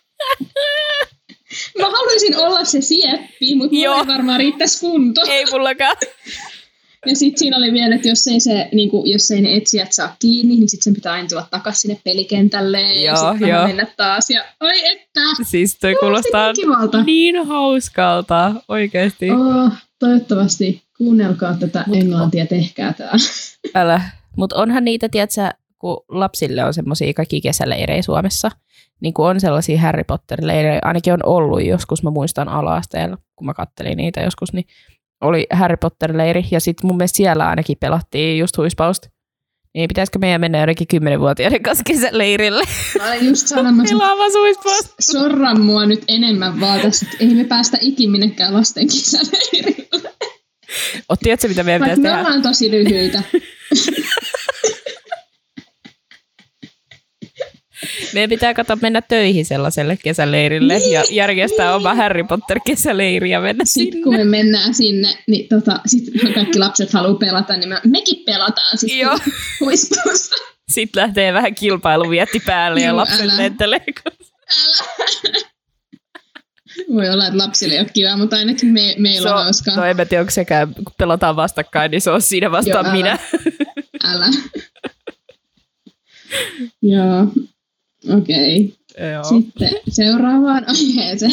Mä haluaisin olla se sieppi, mutta mulla ei varmaan riittäisi kunto. Ei mullakaan. Ja sitten siinä oli vielä, että jos ei, se, niin kuin, jos ei ne etsijät saa kiinni, niin sitten sen pitää aina tulla takaisin sinne pelikentälle ja sitten mennä taas. Ja ai että! Siis toi kuulostaa niin, niin hauskalta, oikeasti. Oh, toivottavasti kuunnelkaa tätä Mut, englantia, tehkää tää. Älä. Mutta onhan niitä, tiedätkö, kun lapsille on semmoisia kaikki kesäleirejä Suomessa, niin kuin on sellaisia Harry Potter-leirejä, ainakin on ollut joskus, mä muistan ala-asteella, kun mä kattelin niitä joskus, niin oli Harry Potter-leiri, ja sitten mun mielestä siellä ainakin pelattiin just huispausta. Niin pitäisikö meidän mennä jotenkin kymmenvuotiaiden kanssa kesäleirille? Mä olen just sanomassa, pelaamassa huispausta. Sorran mua nyt enemmän vaan tässä, että ei me päästä ikin minnekään lasten kesäleirille. Oot, tiedätkö, mitä meidän Vaikka pitäisi me tehdä? me ollaan tosi lyhyitä. Meidän pitää katsoa mennä töihin sellaiselle kesäleirille niin, ja järjestää niin. oma Harry Potter-kesäleiri ja mennä sitten sinne. kun me mennään sinne, niin tota, sitten kaikki lapset haluaa pelata, niin me, mekin pelataan sitten huispausta. Sitten lähtee vähän kilpailuvietti päälle ja lapset lentelee. Älä. Voi olla, että lapsille ei ole kivaa, mutta ainakin me, meillä so, on hauskaa. No en mä tiedä, onko sekään, kun pelataan vastakkain, niin se on siinä vastaan Joo, minä. Älä. Joo. Okei. Okay. Sitten seuraavaan aiheeseen.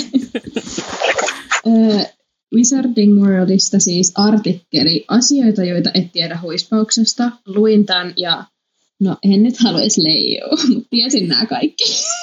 Wizarding Worldista siis artikkeli asioita, joita et tiedä huispauksesta. Luin tämän ja no en nyt haluaisi leijoa, mutta tiesin nämä kaikki.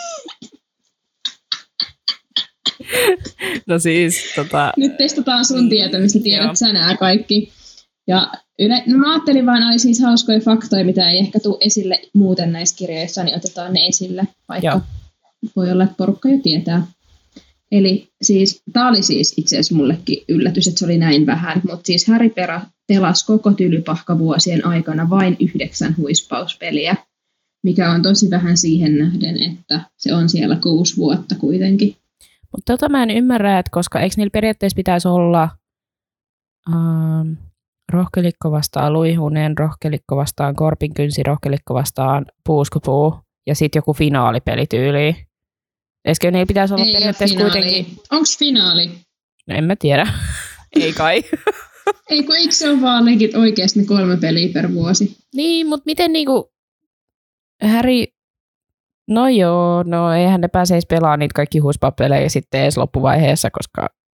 No siis tota... Nyt testataan sun tietämistä, tiedät sä nämä kaikki. Ja yle... no mä ajattelin vaan, oli siis hauskoja faktoja, mitä ei ehkä tule esille muuten näissä kirjoissa, niin otetaan ne esille, vaikka Joo. voi olla, että porukka jo tietää. Eli siis, tää oli siis itse asiassa mullekin yllätys, että se oli näin vähän, mutta siis Harry pelasi koko Tylypahka-vuosien aikana vain yhdeksän huispauspeliä, mikä on tosi vähän siihen nähden, että se on siellä kuusi vuotta kuitenkin. Mutta tota mä en ymmärrä, että koska eikö niillä periaatteessa pitäisi olla... Um... Rohkelikko vastaan Luihunen, rohkelikko vastaan Korpinkynsi, rohkelikko vastaan Puuskupuu ja sitten joku finaalipelityyli. Eikö niillä pitäisi olla ei periaatteessa kuitenkin... Onko finaali? No en mä tiedä. Ei kai. Ei kun eikö se ole vaan legit oikeasti ne kolme peliä per vuosi? Niin, mutta miten niinku... Harry... No joo, no eihän ne pääse edes pelaamaan niitä kaikki huispapelejä sitten edes loppuvaiheessa, koska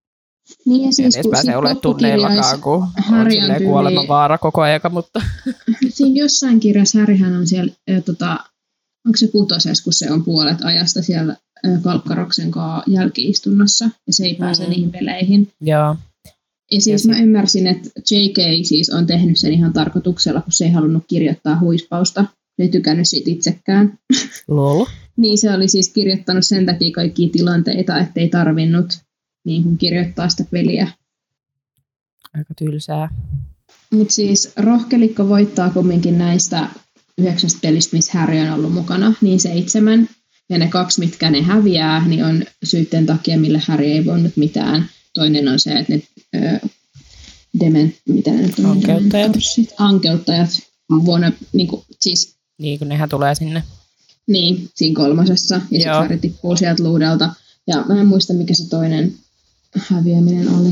Niin ja siis, en kun pääse olemaan tunneillakaan, kun on silleen kuolemanvaara koko ajan, mutta... Siinä jossain kirjassa Harryhän on siellä, äh, tota, onko se kutosessa, kun se on puolet ajasta siellä äh, Kalkkaroksen kanssa jälki-istunnossa, ja se ei pääse mm. niihin peleihin. Joo. Ja siis ja mä sit... ymmärsin, että J K siis on tehnyt sen ihan tarkoituksella, kun se ei halunnut kirjoittaa huispausta. Se ei tykännyt siitä itsekään. Lol. Niin se oli siis kirjoittanut sen takia kaikkia tilanteita, ettei tarvinnut niin kuin kirjoittaa sitä peliä. Aika tylsää. Mutta siis rohkelikko voittaa kumminkin näistä yhdeksästä pelistä, missä Harry on ollut mukana, niin seitsemän. Ja ne kaksi, mitkä ne häviää, niin on syytteen takia, millä Harry ei voinut mitään. Toinen on se, että ne ö, dement, mitä ne nyt on? Ankeuttajat. Ankeuttajat vuonna, niin kuin, siis... Niin, kun nehän tulee sinne. Niin, siinä kolmosessa. Ja sitten Harry tippuu sieltä luudelta. Ja mä en muista, mikä se toinen häviäminen oli.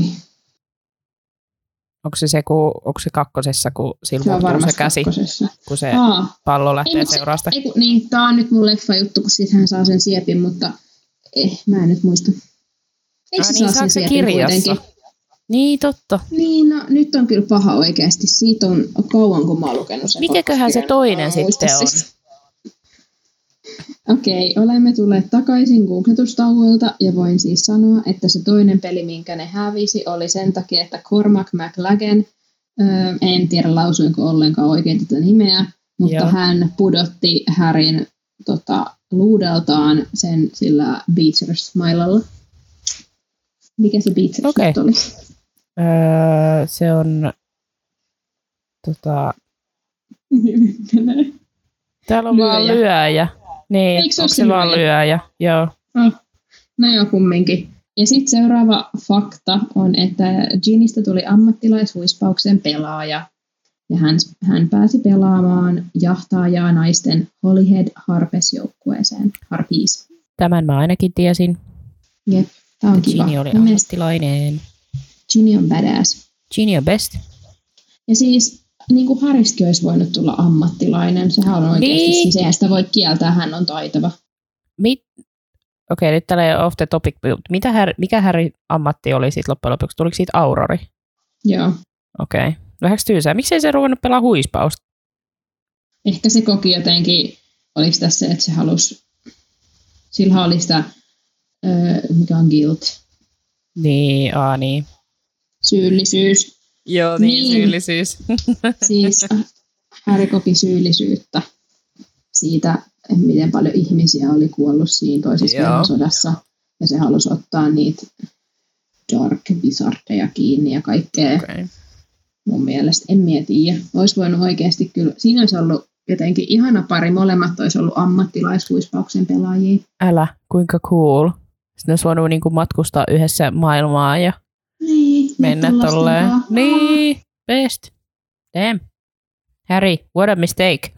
Onko se, se, kun, onko se kakkosessa, kun silloin se, se käsi, kakkosessa. kun se Aa. pallo lähtee ei, seurasta? Se, ei, niin, tää on nyt mun leffa-juttu, kun siitä hän saa sen siepin, mutta eh, mä en nyt muista. Eikö ah, se niin, saa sen se siepin kirjassa? Kuitenkin? Niin, totta. Niin, no nyt on kyllä paha oikeasti. Siitä on kauan, kun mä oon lukenut sen. Mikäköhän se toinen sitten on? Okei, okay, olemme tulleet takaisin googletustauolta ja voin siis sanoa, että se toinen peli, minkä ne hävisi, oli sen takia, että Cormac McLaggen, öö, en tiedä lausuinko ollenkaan oikein tätä nimeä, mutta Joo. hän pudotti Harryn tota, luudeltaan sen sillä Beecher Smilella. Mikä se Beecher okay. oli? Öö, se on tota... Täällä on lyöjä. Vaan lyöjä. Niin, eikö onko se lyöjä? Vaan lyöjä? Joo. Oh. No joo, kumminkin. Ja sitten seuraava fakta on, että Ginistä tuli ammattilaishuispauksen pelaaja. Ja hän, hän pääsi pelaamaan jahtaajaa naisten Holyhead Harpes-joukkueeseen. Harpies. Tämän mä ainakin tiesin. Jep, tää on kiva. Ginny oli ammattilainen. Ginny on badass. Ginny on best. Ja siis... Niin kuin Harrystäkin olisi voinut tulla ammattilainen. Sehän on oikeasti, niin. Siis eihän sitä voi kieltää, hän on taitava. Mit... Okei, nyt tällä off the topic. Mitä Harry, mikä Harry ammatti oli siitä loppujen lopuksi? Tuliko siitä Aurori? Joo. Okei. Vähäks tyysää. Miksei se ruvennut pelaa huispausta? Ehkä se koki jotenkin, oliko tässä se, että se halusi, sillä oli sitä, öö, mikä on guilt. Niin, aa niin. Syyllisyys. Joo, niin, niin. Syyllisyys. Siis Harry koki syyllisyyttä siitä, että miten paljon ihmisiä oli kuollut siinä toisessa maailmansodassa. Ja se halusi ottaa niitä dark wizardeja kiinni ja kaikkea. Okay. Mun mielestä, en mietiä. Olisi voinut oikeasti kyllä, siinä olisi ollut jotenkin ihana pari. Molemmat olisi ollut ammattilaishuispauksen pelaajia. Älä, kuinka cool. Sitten olisi voinut niinku matkustaa yhdessä maailmaa ja niin, mennä tolleen. Niin, best. Damn. Harry, what a mistake.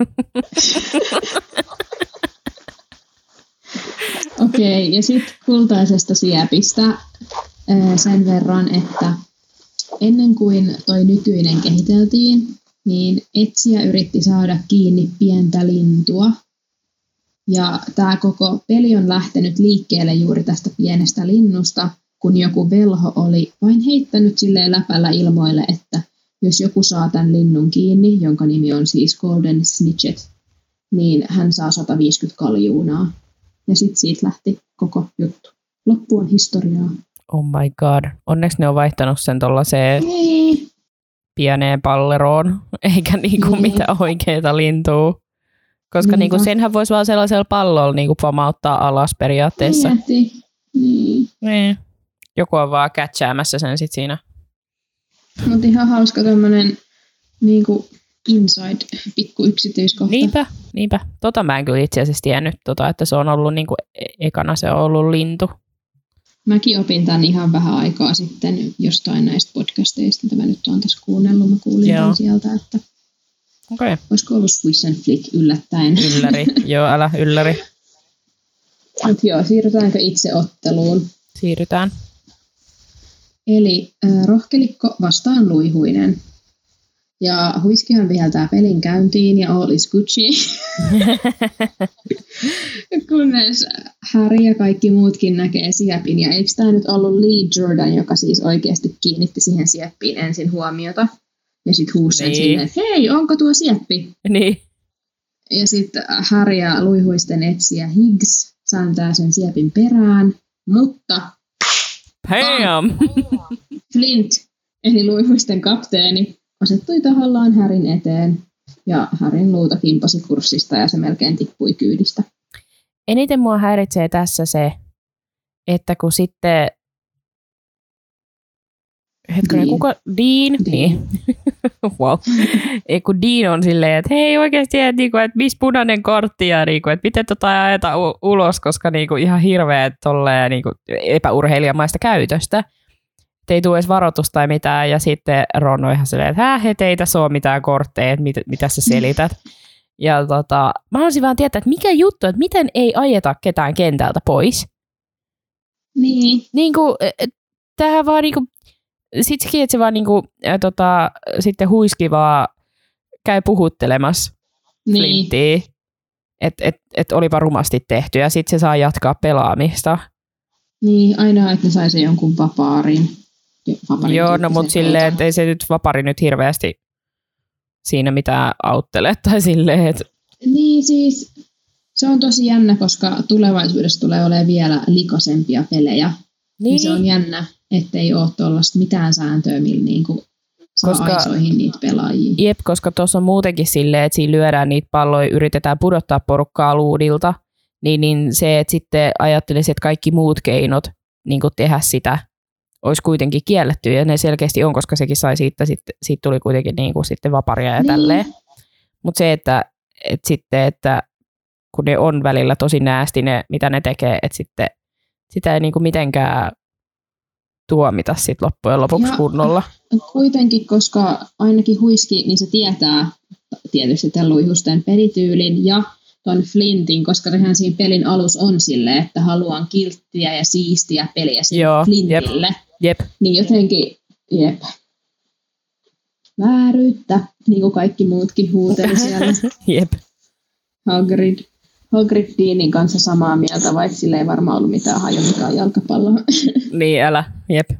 Okei, okay, ja sitten kultaisesta siepistä sen verran, että ennen kuin toi nykyinen kehiteltiin, niin etsijä yritti saada kiinni pientä lintua. Ja tämä koko peli on lähtenyt liikkeelle juuri tästä pienestä linnusta, kun joku velho oli vain heittänyt silleen läpällä ilmoille, että jos joku saa tämän linnun kiinni, jonka nimi on siis Golden Snitchet, niin hän saa sata viisikymmentä kaljuunaa. Ja sitten siitä lähti koko juttu. Loppu on historiaa. Oh my god. Onneksi ne on vaihtanut sen tollaiseen niin. pieneen palleroon, eikä niinku niin. mitään oikeita lintua. Koska niinku senhän voisi vaan sellaisella pallolla niinku pamauttaa alas periaatteessa. Mieti. Niin. niin. Joku on vaan catchäämässä sen sit siinä. Mutta ihan hauska tommonen niinku inside pikku yksityiskohta. Niinpä, niinpä. Tota mä en kyllä itse asiassa tiennyt, tota, että se on ollut niinku ekana se on ollut lintu. Mäkin opin tämän ihan vähän aikaa sitten jostain näistä podcasteista, mitä mä nyt oon tässä kuunnellut. Mä kuulin tämän sieltä, että okay. Olisiko ollut Swiss and Flick yllättäen. Ylläri, joo älä ylläri. Mut joo, siirrytäänkö itse otteluun? Siirrytään. Eli äh, rohkelikko vastaan luihuinen. Ja Huiskihan viheltää pelin käyntiin ja all is Gucci. Kunnes Harry ja kaikki muutkin näkee siepin. Ja eikö tämä nyt ollut Lee Jordan, joka siis oikeasti kiinnitti siihen sieppiin ensin huomiota. Ja sitten huusi sen niin. silleen, että hei, onko tuo sieppi? Niin. Ja sitten Harry ja luihuisten etsijä Higgs sääntää sen siepin perään. Mutta Bam! Flint, eli luihuisten kapteeni, asettui tahollaan Harryn eteen. Ja Harryn luuta kimpasi kurssista ja se melkein tippui kyydistä. Eniten mua häiritsee tässä se, että kun sitten hetkinen, Dean. kuka? Dean? Dean. Niin. Wow. Ei, kun Dean on silleen, että hei oikeasti, että, niinku, että missä punainen kortti ja niinku, että miten tota ei ajeta u- ulos, koska niinku, ihan hirveä tolleen, niinku, epäurheilijamaista käytöstä. Et ei tule edes varoitusta tai mitään. Ja sitten Ron on ihan silleen, että hä, et ei tässä ole mitään kortteja, että mit, mitä sä selität. Ja tota, mä haluaisin vaan tietää, että mikä juttu, että miten ei ajeta ketään kentältä pois. Niin. Niinku, tämähän vaan niinku, sit sekin, että se vaan niinku, ä, tota, sitten Huiski vaan käy puhuttelemassa Niin. Flinttiä, että et, et olipa rumasti tehty ja sitten se saa jatkaa pelaamista. Niin, aina, että ne saisi jonkun vapaarin. vapaarin Joo, no tyyppisen mutta silleen, paikan. että ei se nyt vapari nyt hirveästi siinä mitään auttele tai silleen, että Niin siis, se on tosi jännä, koska tulevaisuudessa tulee olemaan vielä likaisempia pelejä. Niin. niin, Se on jännä, ettei ole tuollaista mitään sääntöä, millä niinku saa Koska- aisoihin niitä pelaajia. jep, koska tuossa on muutenkin silleen, että siinä lyödään niitä palloja, yritetään pudottaa porukkaa luudilta, niin, niin se, että sitten ajattelisi, että kaikki muut keinot niin kuin tehdä sitä, olisi kuitenkin kielletty, ja ne selkeästi on, koska sekin sai siitä, sitten, siitä tuli kuitenkin niin kuin sitten vaparia ja Niin. tälleen. Mutta se, että, että sitten, että kun ne on välillä tosi näästi ne, mitä ne tekee, että sitten sitä ei niin kuin mitenkään tuomita sitten loppujen lopuksi Ja- kunnolla. Kuitenkin, koska ainakin Huiski, niin se tietää tietysti tämän luihusten pelityylin ja ton Flintin, koska sehän siinä pelin alus on silleen, että haluan kilttiä ja siistiä peliä sille Joo, Flintille. Jep, Niin jotenkin, jep, vääryyttä, niin kuin kaikki muutkin huuteli siellä. jep. Hagrid, Hagrid Deanin kanssa samaa mieltä, vaikka sillä ei varmaan ollut mitään haju, mikä on jalkapallo. Niin, älä, jep.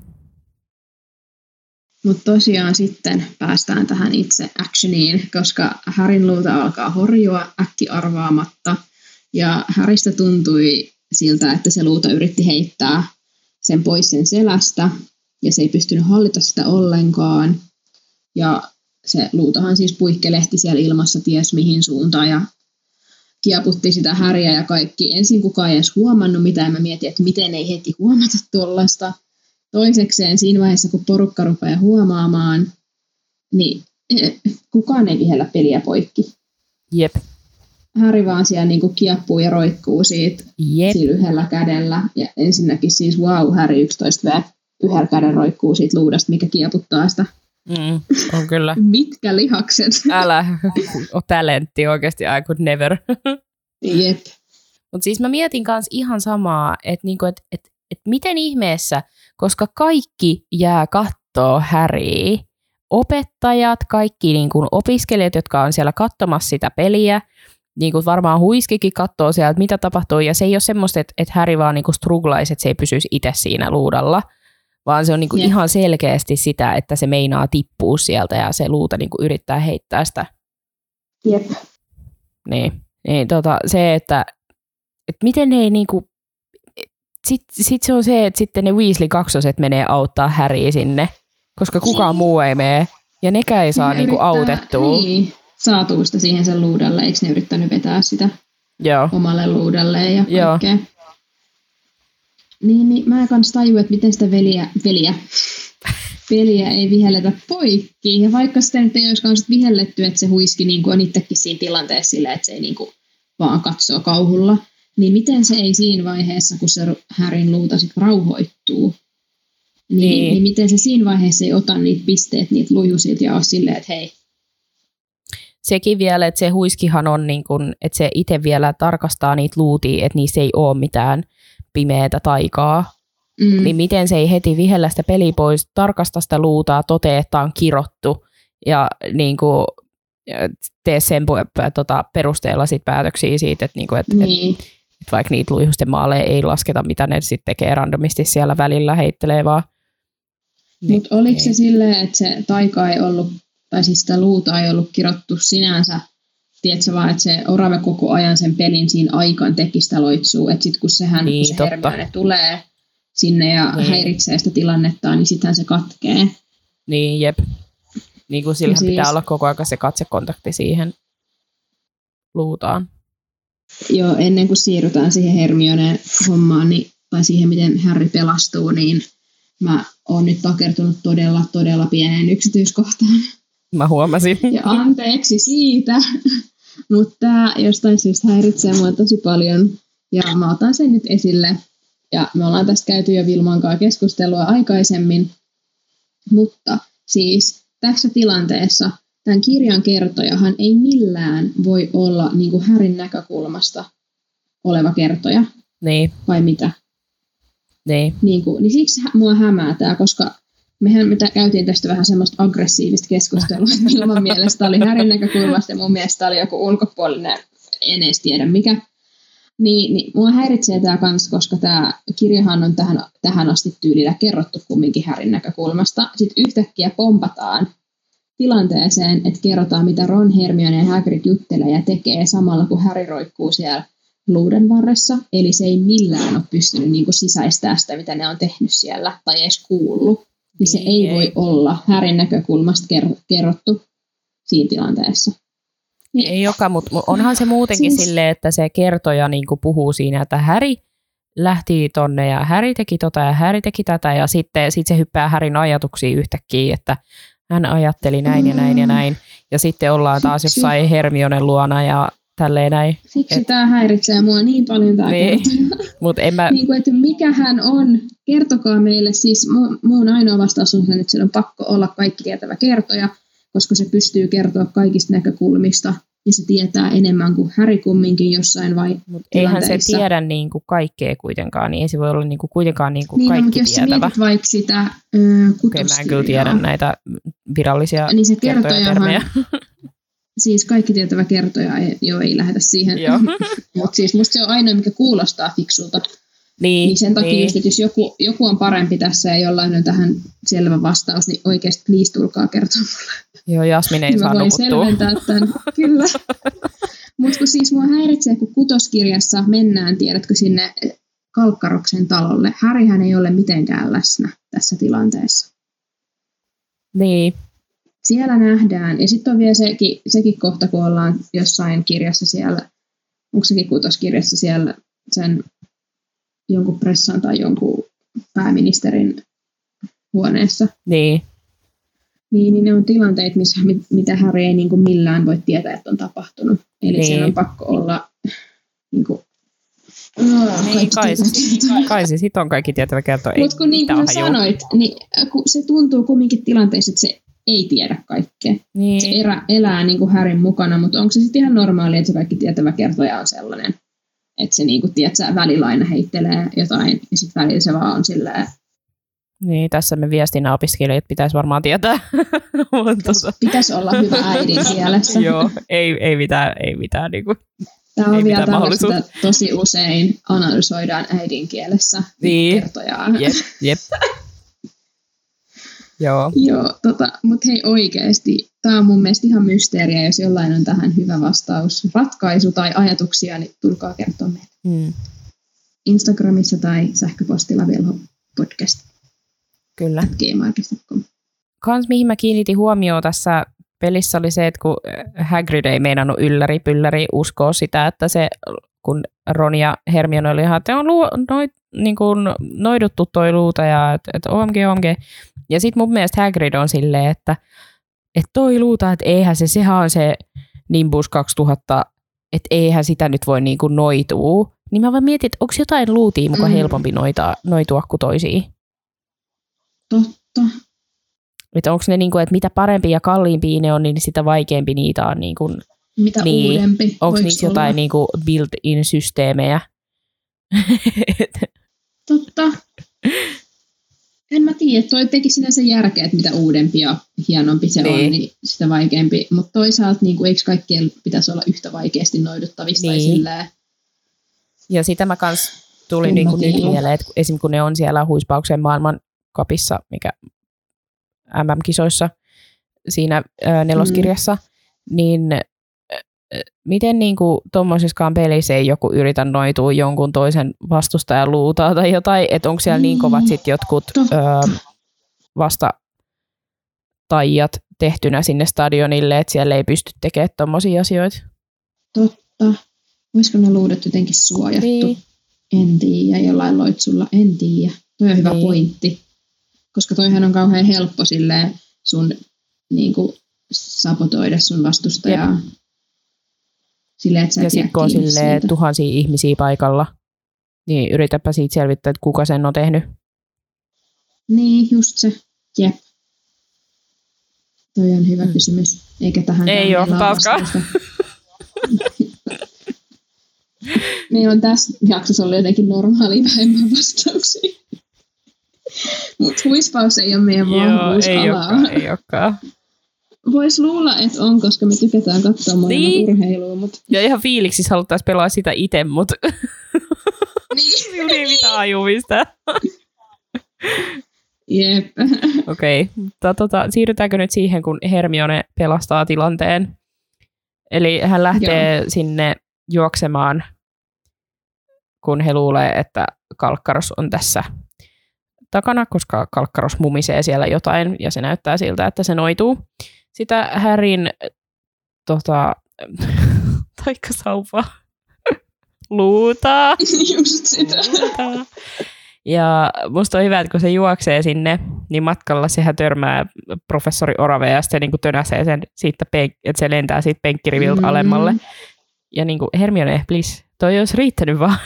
Mutta tosiaan sitten päästään tähän itse actioniin, koska Harryn luuta alkaa horjua äkki arvaamatta. Ja Harrystä tuntui siltä, että se luuta yritti heittää sen pois sen selästä, ja se ei pystynyt hallita sitä ollenkaan. Ja se luutahan siis puikkelehti siellä ilmassa ties mihin suuntaan, ja kieputti sitä Harryä ja kaikki. Ensin kukaan ei edes huomannut mitään, mä mietin, että miten ei heti huomata tuollaista. Toisekseen siinä vaiheessa, kun porukka rupeaa huomaamaan, niin kukaan ei vihellä peliä poikki. Jep. Harry vaan siellä niin kuin kieppuu ja roikkuu siitä Jep. sillä yhdellä kädellä. Ja ensinnäkin siis wow, Harry yksitoista vuotta yhdellä käden roikkuu siitä luudasta, mikä kieputtaa sitä. Mm, on kyllä. Mitkä lihakset? Älä ole talentti oikeasti, I could never. Jep. Mutta siis mä mietin kanssa ihan samaa, että niinku, et, et, et miten ihmeessä, koska kaikki jää kattoo Harryä, opettajat, kaikki niinku opiskelijat, jotka on siellä katsomassa sitä peliä, niinku varmaan Huiskikin katsoo sieltä, että mitä tapahtuu, ja se ei ole semmoista, että, että Harry vaan niinku struglaisi, että se ei pysyisi itse siinä luudalla, vaan se on niinku Jep. ihan selkeästi sitä, että se meinaa tippua sieltä, ja se luuta niinku yrittää heittää sitä. Jep. Niin, niin tota, se, että, että miten ne ei niinku, sitten sit se on se, että sitten ne Weasley-kaksoset menee auttaa Harryä sinne, koska kukaan muu ei mene, ja nekään ei saa Ne niinku yrittää- autettua. Niin, saatuusta siihen sen luudalle, eikö ne yrittänyt vetää sitä Joo, omalle luudalleen ja Joo. kaikkea. Niin, niin mä kans tajun, että miten sitä veliä, veliä, peliä ei vihelletä poikki. Ja vaikka sitä nyt ei olisikaan sit vihelletty, että se Huiski niin on itsekin siinä tilanteessa silleen, että se ei niin kuin vaan katsoo kauhulla, niin miten se ei siinä vaiheessa, kun se Harryn luuta sit rauhoittuu, niin, Niin. niin. niin miten se siinä vaiheessa ei ota niitä pisteet, niitä lujusilta ja ole silleen, että hei, sekin vielä, että se Huiskihan on, niin kun, että se itse vielä tarkastaa niitä luutia, että niissä ei ole mitään pimeätä taikaa. mm, Niin miten se ei heti vihellä sitä peliä pois, tarkasta sitä luutaa, totea, että on kirottu, ja niin kuin, tee sen tota, perusteella sit päätöksiä siitä, että niinku, et, niin. et, et vaikka niitä luihusten maaleja ei lasketa, mitä ne sitten tekee randomisti siellä välillä, heittelee vaan. Niin, mutta oliko se silleen, että se taika ei ollut, tai siis sitä luuta ei ollut kirottu sinänsä, tiedätkö vaan, että se orave koko ajan sen pelin siinä aikaan teki sitä loitsua, että sitten kun sehän, niin, kun se Hermione tulee sinne ja niin. häiritsee sitä tilannetta, niin sittenhän se katkee. Niin, jep. Niin kuin sillähän siis, pitää olla koko ajan se katsekontakti siihen luutaan. Joo, ennen kuin siirrytään siihen Hermione-hommaan, niin, tai siihen, miten Harry pelastuu, niin mä oon nyt takertunut todella, todella pieneen yksityiskohtaan. Mä huomasin. Ja anteeksi siitä, mutta tämä jostain syystä häiritsee mua tosi paljon, ja mä otan sen nyt esille. Ja me ollaan tästä käyty jo Vilman kanssa keskustelua aikaisemmin, mutta siis tässä tilanteessa tämän kirjan kertojahan ei millään voi olla niin kuin Harryn näkökulmasta oleva kertoja. Niin. Vai mitä? Niin. Niin, kuin, niin siksi mua hämää tämä, koska mehän me käytiin tästä vähän semmoista aggressiivista keskustelua. Vilman mielestä oli Harryn näkökulmasta ja mun mielestä oli joku ulkopuolinen, en edes tiedä mikä. Niin, niin mua häiritsee tämä kans, koska tämä kirjahan on tähän, tähän asti tyylillä kerrottu kumminkin Harryn näkökulmasta. Sitten yhtäkkiä pompataan tilanteeseen, että kerrotaan, mitä Ron, Hermione ja Hagrid juttelee ja tekee samalla, kun Harry roikkuu siellä luuden varressa. Eli se ei millään ole pystynyt niin kuin sisäistämään sitä, mitä ne on tehnyt siellä tai edes kuullut. Niin se ei, ei voi olla Harryn näkökulmasta kerrottu siinä tilanteessa. Niin. Ei joka, mutta onhan se muutenkin siis silleen, että se kertoja niin kuin puhuu siinä, että Harry lähti tonne ja Harry teki tota ja Harry teki tätä ja sitten sit se hyppää Harryn ajatuksiin yhtäkkiä, että hän ajatteli näin ja näin ja näin ja sitten ollaan taas Siksi. jossain Hermionen luona ja tälleen näin. Siksi Et... tämä häiritsee mua niin paljon tämä niin. Mut en mä... niin kuin, että mikä hän on, kertokaa meille, siis mu- muun ainoa vastaus on sen, että se on pakko olla kaikki tietävä kertoja, koska se pystyy kertoa kaikista näkökulmista ja se tietää enemmän kuin Harry kumminkin jossain vai Mut eihän se tiedä niin kuin kaikkea kuitenkaan, niin ei se voi olla niin kuin kuitenkaan niin kuin niin, kaikki no, mutta jos tietävä. Jos sä vaikka sitä ö, kutoskirjaa. Okei, mä en kyllä tiedä näitä virallisia niin se kertojatermejä. Siis kaikki tietävä kertoja ei, jo ei lähetä siihen, mutta siis musta se on ainoa, mikä kuulostaa fiksulta. Niin, niin sen takia, niin. Just, että jos joku, joku on parempi tässä ja jollain on tähän selvä vastaus, niin oikeasti please tulkaa kertoa mulle. Joo, Jasmin ei saa nukuttua. Mä voin selventää tämän, kyllä. Mutta kun siis mua häiritsee, kun kutoskirjassa mennään, tiedätkö, sinne Kalkkaroksen talolle. Harryhän ei ole mitenkään läsnä tässä tilanteessa. Niin. Siellä nähdään, ja sitten on vielä sekin, sekin kohta, kun ollaan jossain kirjassa siellä, onko sekin kutoskirjassa siellä sen jonkun pressan tai jonkun pääministerin huoneessa. Niin. Niin, niin ne on tilanteet, missä, mitä Harry ei niin kuin millään voi tietää, että on tapahtunut. Eli niin. Siellä on pakko olla niin kuin, no, niin, kai, kai se sit on kaikki tietävä kertoa. Mutta kun niin kuin sanoit, niin kun se tuntuu kumminkin tilanteessa, että se ei tiedä kaikkea. Niin. Se erä, elää niin kuin Harryn mukana, mutta onko se sitten ihan normaali, että se kaikki tietävä kertoja on sellainen, että se niin kuin, tiedätkö, välillä aina heittelee jotain ja sitten välillä se vaan on silleen. Niin, tässä me viestinnän opiskelijat pitäisi varmaan tietää. Pitäisi pitäis olla hyvä äidinkielessä. Joo, ei, ei mitään, ei mitään niin kuin, tämä on vielä tällaista, tosi usein analysoidaan äidinkielessä niin. kertojaa. Jep, jep. Joo. Joo, tota, mutta hei oikeasti, tämä on mun mielestä ihan mysteeriä, jos jollain on tähän hyvä vastaus, ratkaisu tai ajatuksia, niin tulkaa kertoa meille. Hmm. Instagramissa tai sähköpostilla Velho podcast. Kyllä. gmail piste com. Kans mihin mä kiinnitin huomioon tässä pelissä oli se, että kun Hagrid ei meinannut ylläri pylläri uskoa sitä, että se, kun Ron ja Hermione oli ihan, että on luo, noit, niin kuin noiduttu toi luuta ja että et O M G, O M G. Ja sit mun mielestä Hagrid on silleen, että et toi luuta, että eihän se, sehän on se Nimbus kaksituhatta, että eihän sitä nyt voi niin kuin noituu. Niin mä vaan mietin, että onko jotain luutia muka mm. helpompi noita, noitua kuin toisiin? Totta. Että onko ne niin kuin, että mitä parempi ja kalliimpi ne on, niin sitä vaikeampi niitä on. Niin kuin, mitä niin, uudempi. Onko niissä olla jotain niin kuin built-in systeemejä? Totta. En mä tiedä, toi teki sinänsä järkeä, että mitä uudempi ja hienompi se niin. on, niin sitä vaikeampi. Mutta toisaalta niin eikö kaikkien pitäisi olla yhtä vaikeasti noiduttavista niin. silleen. Ja sitä mä kans tuli niin kuin nyt mieleen, että esimerkiksi kun ne on siellä huispauksen maailmankapissa, mikä M M-kisoissa siinä ää, neloskirjassa, mm. niin miten niin kuin tuommoisessakaan pelissä ei joku yritä noitua jonkun toisen vastustajan luutaa tai jotain, että onko siellä niin kovat sitten jotkut öö, vastatajat tehtynä sinne stadionille, että siellä ei pysty tekemään tuommoisia asioita? Totta. Olisiko ne luudet jotenkin suojattu? Niin. En tiedä, jollain loitsulla, en tiedä. Toi on hyvä niin. pointti, koska toihan on kauhean helppo silleen sun niin kuin sabotoida sun vastustajaa. Jep. Silleen, että sä ja sitten kun on silleen tuhansia ihmisiä paikalla, niin yritäpä siitä selvittää, että kuka sen on tehnyt. Niin, just se. Jep. Toi on hyvä mm. kysymys. Eikä tähän ei ole taaskaan. Meillä on tässä jaksossa ollut jotenkin normaali vähemmän vastauksia. Mutta huispaus ei ole meidän vahvuusalaa. Ei olekaan, ei olekaan. Vois luulla, että on, koska me tykätään katsoa maailman niin. urheilua. Mut... Ja ihan fiiliksissä haluttaisiin pelaa sitä itse, mutta niin. Minulla ei mitään ajumista. Jep. Okei, okay. mutta tota, siirrytäänkö nyt siihen, kun Hermione pelastaa tilanteen? Eli hän lähtee Joo. sinne juoksemaan, kun he luulee, että Kalkkaros on tässä takana, koska Kalkkaros mumisee siellä jotain, ja se näyttää siltä, että se noituu. Sitä Harryn tota, taikkasauva luutaa. Just sitä. Luutaa. Ja musta on hyvä, että kun se juoksee sinne, niin matkalla sehän törmää professori Oravea ja sitten niin tönäsee sen siitä, että se lentää siitä penkkiriviltä mm. alemmalle. Ja niin kuin Hermione, please, toi olisi riittänyt vaan.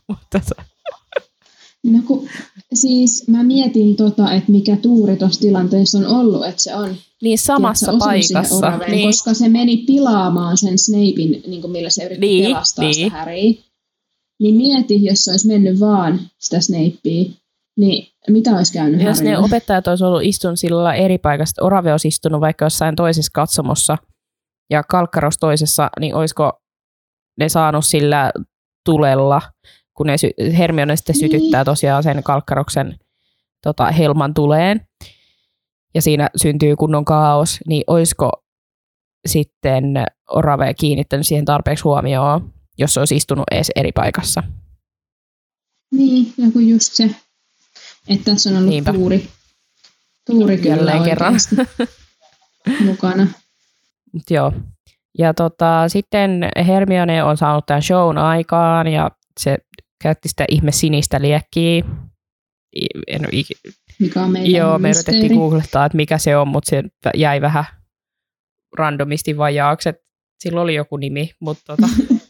No kun, siis mä mietin tota, että mikä tuuri tuossa tilanteessa on ollut, että se on niin samassa tiedätkö, paikassa. Oraveen, niin. Koska se meni pilaamaan sen Snapein, niin kuin millä se yritti niin, pelastaa niin. sitä Harryä. Niin mieti, jos se olisi mennyt vaan sitä Snapea, niin mitä olisi käynyt Jos Harrylle? ne opettajat olisi ollut istunut sillä eri paikassa, Orave olisi istunut vaikka jossain toisessa katsomossa ja Kalkkaros toisessa, niin olisiko ne saanut sillä tulella, kun ne sy- Hermione sitten niin. sytyttää tosiaan sen Kalkkaroksen tota, helman tuleen ja siinä syntyy kunnon kaos, niin olisiko sitten Orave kiinnittänyt siihen tarpeeksi huomioon, jos se olisi istunut edes eri paikassa. Niin, joku just se, että tässä on ollut Niinpä. tuuri, tuuri kyllä kerran mukana. Mut joo. Ja tota, sitten Hermione on saanut tämän shown aikaan ja se käytti sitä ihme sinistä liekkiä. En ik... Mikä on meidän Joo, me yritettiin googlettaa, että mikä se on, mutta se jäi vähän randomisti vajaaksi. Sillä oli joku nimi, mutta tota...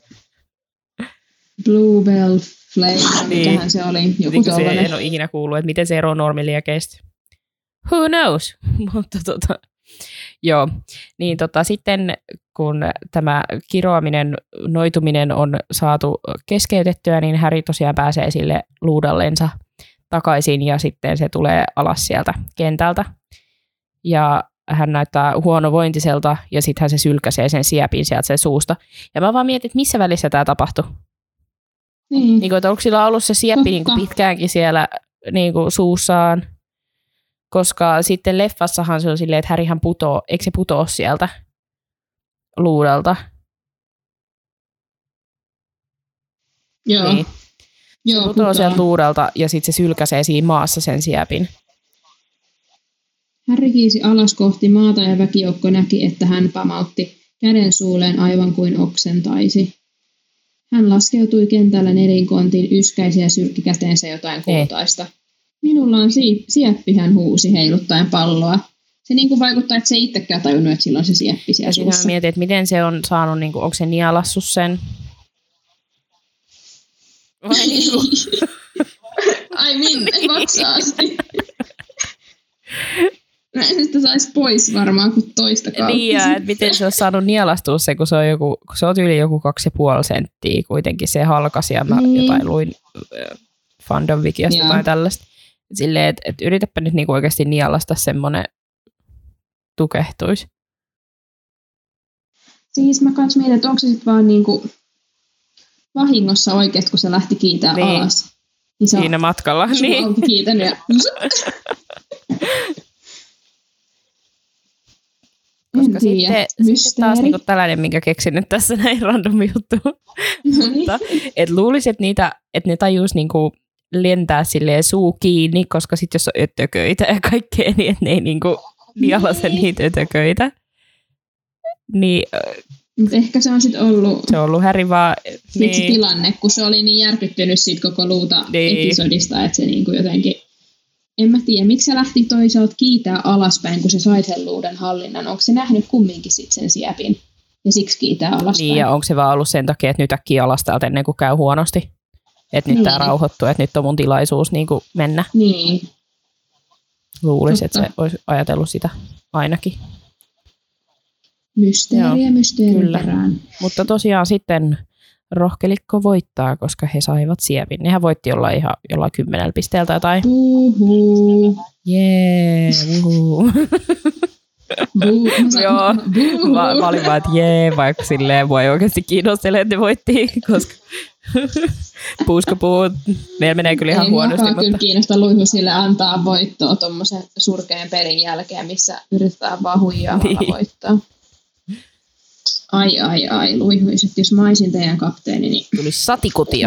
Bluebell Flame, niin. mikähän se oli. Joku se en ole ikinä kuullut, että miten se eroaa normiliekeistä. Who knows? Mutta tota, joo. Niin tota, sitten kun tämä kiroaminen, noituminen on saatu keskeytettyä, niin Harry tosiaan pääsee sille luudallensa takaisin ja sitten se tulee alas sieltä kentältä. Ja hän näyttää huonovointiselta ja sitten se sylkäsee sen siepin sieltä sen suusta. Ja mä vaan mietin, että missä välissä tämä tapahtui. Niin. Niin kuin, että onko sillä ollut se sieppi niin kuin pitkäänkin siellä niin kuin suussaan, koska sitten leffassahan se on silleen, että Harryhän putoo, eikö se putoo sieltä luudelta? Joo. Niin. Joo, se putoo sieltä luudelta ja sitten se sylkäsee siinä maassa sen siepin. Harry kiisi alas kohti maata ja väkijoukko näki, että hän pamautti käden suuleen aivan kuin oksentaisi. Hän laskeutui kentällä nelinkontin, yskäisi ja sylki käteensä jotain kultaista. Minulla on si- sieppi, hän huusi heiluttaen palloa. Se niin kuin vaikuttaa, että se itsekään tajunnut, että sillä on se sieppi siellä suussa. Ja mietin, että miten se on saanut, niin kuin, onko se nialassut sen? Vai niin kuin? Ai minne, vatsaasti. Näin sitä saisi pois varmaan kuin toista kautta. Niin, ja että miten se on saanut nielastua se, kun se on, joku, kun se on yli joku kaksi ja puoli senttiä kuitenkin se halkasi, ja mä niin. jotain luin äh, Fandom Wikiasta tai tällaista. Silleen, että et yritäpä nyt niinku oikeasti nialasta semmoinen tukehtuisi. Siis mä kans mietin, että onko se sitten vaan niinku vahingossa oikeasti, kun se lähti kiitää niin. alas. Niin siinä matkalla. Niin. Onkin kiitänyt ja... Koska sitten, sitten taas niinku tällainen, minkä keksin nyt tässä näin random juttu. Mutta et luulisin, että, niitä, että ne tajus niinku lentää silleen suu kiinni, koska sitten jos on ötököitä ja kaikkea, niin että ne ei niinku nialase niitä ötököitä. Niin, mutta ehkä se on sitten ollut, se on ollut Harry vaan, niin. se tilanne, kun se oli niin järkyttynyt siitä koko luuta niin. episodista, että se niinku jotenkin, en mä tiedä, miksi se lähti toisaalta kiitää alaspäin, kun se sai sen luuden hallinnan. Onko se nähnyt kumminkin sit sen siepin ja siksi kiitää alaspäin? Niin, ja onko se vaan ollut sen takia, että nyt äkkiä alas täältä ennen kuin käy huonosti? Että nyt niin. Tämä rauhoittuu, että nyt on mun tilaisuus niin kuin mennä. Niin. Luulisin, että se olisi ajatellut sitä ainakin. Mysteeriä mysteerin perään. Mutta tosiaan sitten rohkelikko voittaa, koska he saivat siepin. Nehän voitti jollain ihan jollain kymmenellä pisteeltä jotain. Uhu. Jee, uhu. Joo, mä, mä olin vaan, että jee, vaikka silleen mua ei oikeasti kiinnostele, että ne voitti, koska puuska puut, meillä menee kyllä ihan ei huonosti. Ei mutta... kyllä kiinnosta Luihusille antaa voittoa tuommoisen surkean pelin jälkeen, missä yritetään vaan huijaamalla niin. voittaa. Ai, ai, ai, Luihuiset, jos mä olisin teidän kapteeni, niin... Tulisi satikutia.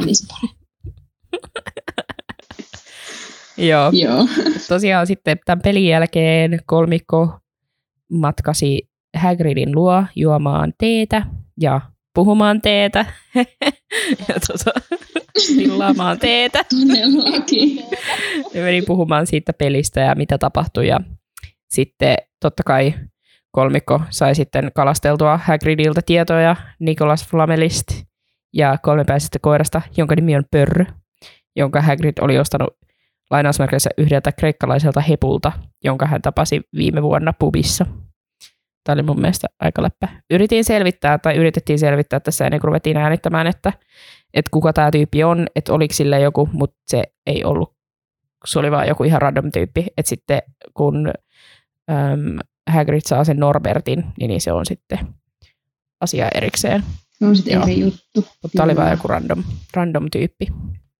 Joo. Joo. Tosiaan sitten tämän pelin jälkeen kolmikko matkasi Hagridin luo juomaan teetä ja puhumaan teetä ja tuota, tilaamaan teetä. Todellakin. Ne meni puhumaan siitä pelistä ja mitä tapahtui ja sitten totta kai kolmikko sai sitten kalasteltua Hagridilta tietoja Nicholas Flamelista ja kolmepäisestä koirasta, jonka nimi on Pörry, jonka Hagrid oli ostanut lainausmerkeissä yhdeltä kreikkalaiselta hepulta, jonka hän tapasi viime vuonna pubissa. Tämä oli mun mielestä aika läppä. Yritin selvittää, tai yritettiin selvittää tässä ennen kuin ruvettiin äänittämään, että, että kuka tämä tyyppi on, että oliko sillä joku, mutta se ei ollut. Se oli vaan joku ihan random tyyppi. Että sitten kun äm, Hagrid saa sen Norbertin, niin se on sitten asia erikseen. Se on sitten eri juttu. Mutta tämä oli vaan joku random, random tyyppi.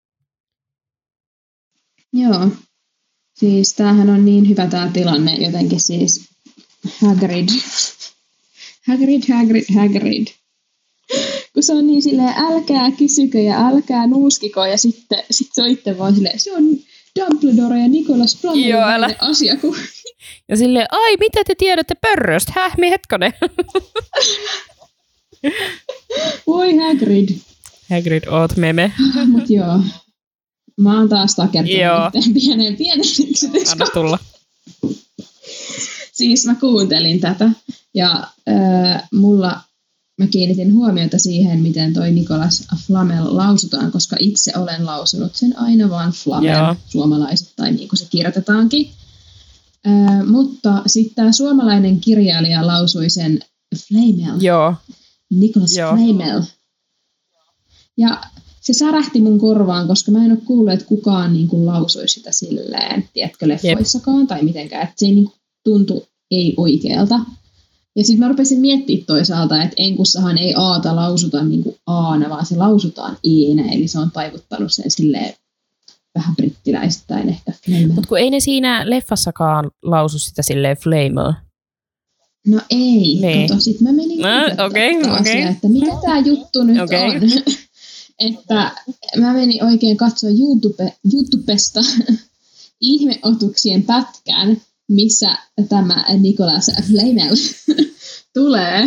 Joo. Siis tämähän on niin hyvä tämä tilanne jotenkin siis Hagrid. Hagrid, Hagrid, Hagrid. Kun se on niin silleen, älkää kysykö ja älkää nuuskiko ja sitten sit se on itse vaan silleen, se on Dumbledore ja Nicholas Flamelin asia. Kun... Ja silleen, ai mitä te tiedätte Pörröstä? Häh, mi hetkonen. Voi Hagrid. Hagrid, oot meme. Mut joo. Mä oon taas takertunut pienen pienen yksityiskohtaan. Anna tulla. Siis mä kuuntelin tätä ja äh, mulla mä kiinnitin huomiota siihen, miten toi Nicholas Flamel lausutaan, koska itse olen lausunut sen aina vaan Flamel, Joo. suomalaiset tai niin kuin se kirjoitetaankin. Äh, mutta sitten tämä suomalainen kirjailija lausui sen Flamel. Joo. Nicholas Joo. Flamel. Ja se särähti mun korvaan, koska mä en ole kuullut, että kukaan niin kuin lausui sitä silleen, tiedätkö, leffoissakaan Jep. tai mitenkään, että se ei niin tuntui ei oikealta. Ja sitten mä rupesin miettimään toisaalta, että enkussahan ei aata lausuta niin kuin aana, vaan se lausutaan iinä, eli se on taivuttanut sen silleen vähän brittiläistäin ehkä Flamel. Mutta kun ei ne siinä leffassakaan lausu sitä silleen Flamel. No ei, niin. Kato, sit mä menin no, okay, okay. asiaa, että mikä tää juttu nyt okay. on. Että mä menin oikein katsoa YouTube, YouTubesta ihmeotuksien pätkän, missä tämä Nicholas Flamel tulee.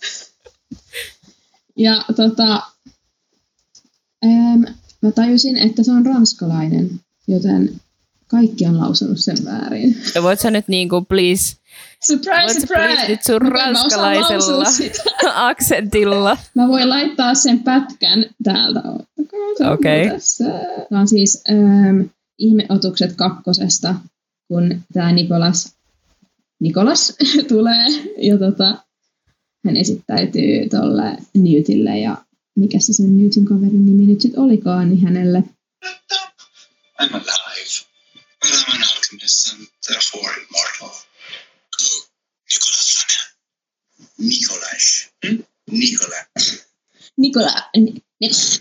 Ja tota, ähm, mä tajusin, että se on ranskalainen, joten kaikki on lausunut sen väärin. Ja voit sä nyt niinku, please, surprise, surprise! Nyt sun ranskalaisella aksentilla. Mä voin laittaa sen pätkän täältä. Okei. Okay. Tämä on siis ähm, ihmeotukset kakkosesta, kun tämä Nicholas, Nicholas tulee ja tota, hän esittäytyy tolle Newtille ja mikä se sen Newtin kaverin nimi nyt sitten olikaan, niin hänelle. I'm alive. Elämän alkemissa therefore immortal. Nicolas Flamel. Nicolas. Hmm? Nicolas. Nikola... Ni- Nik-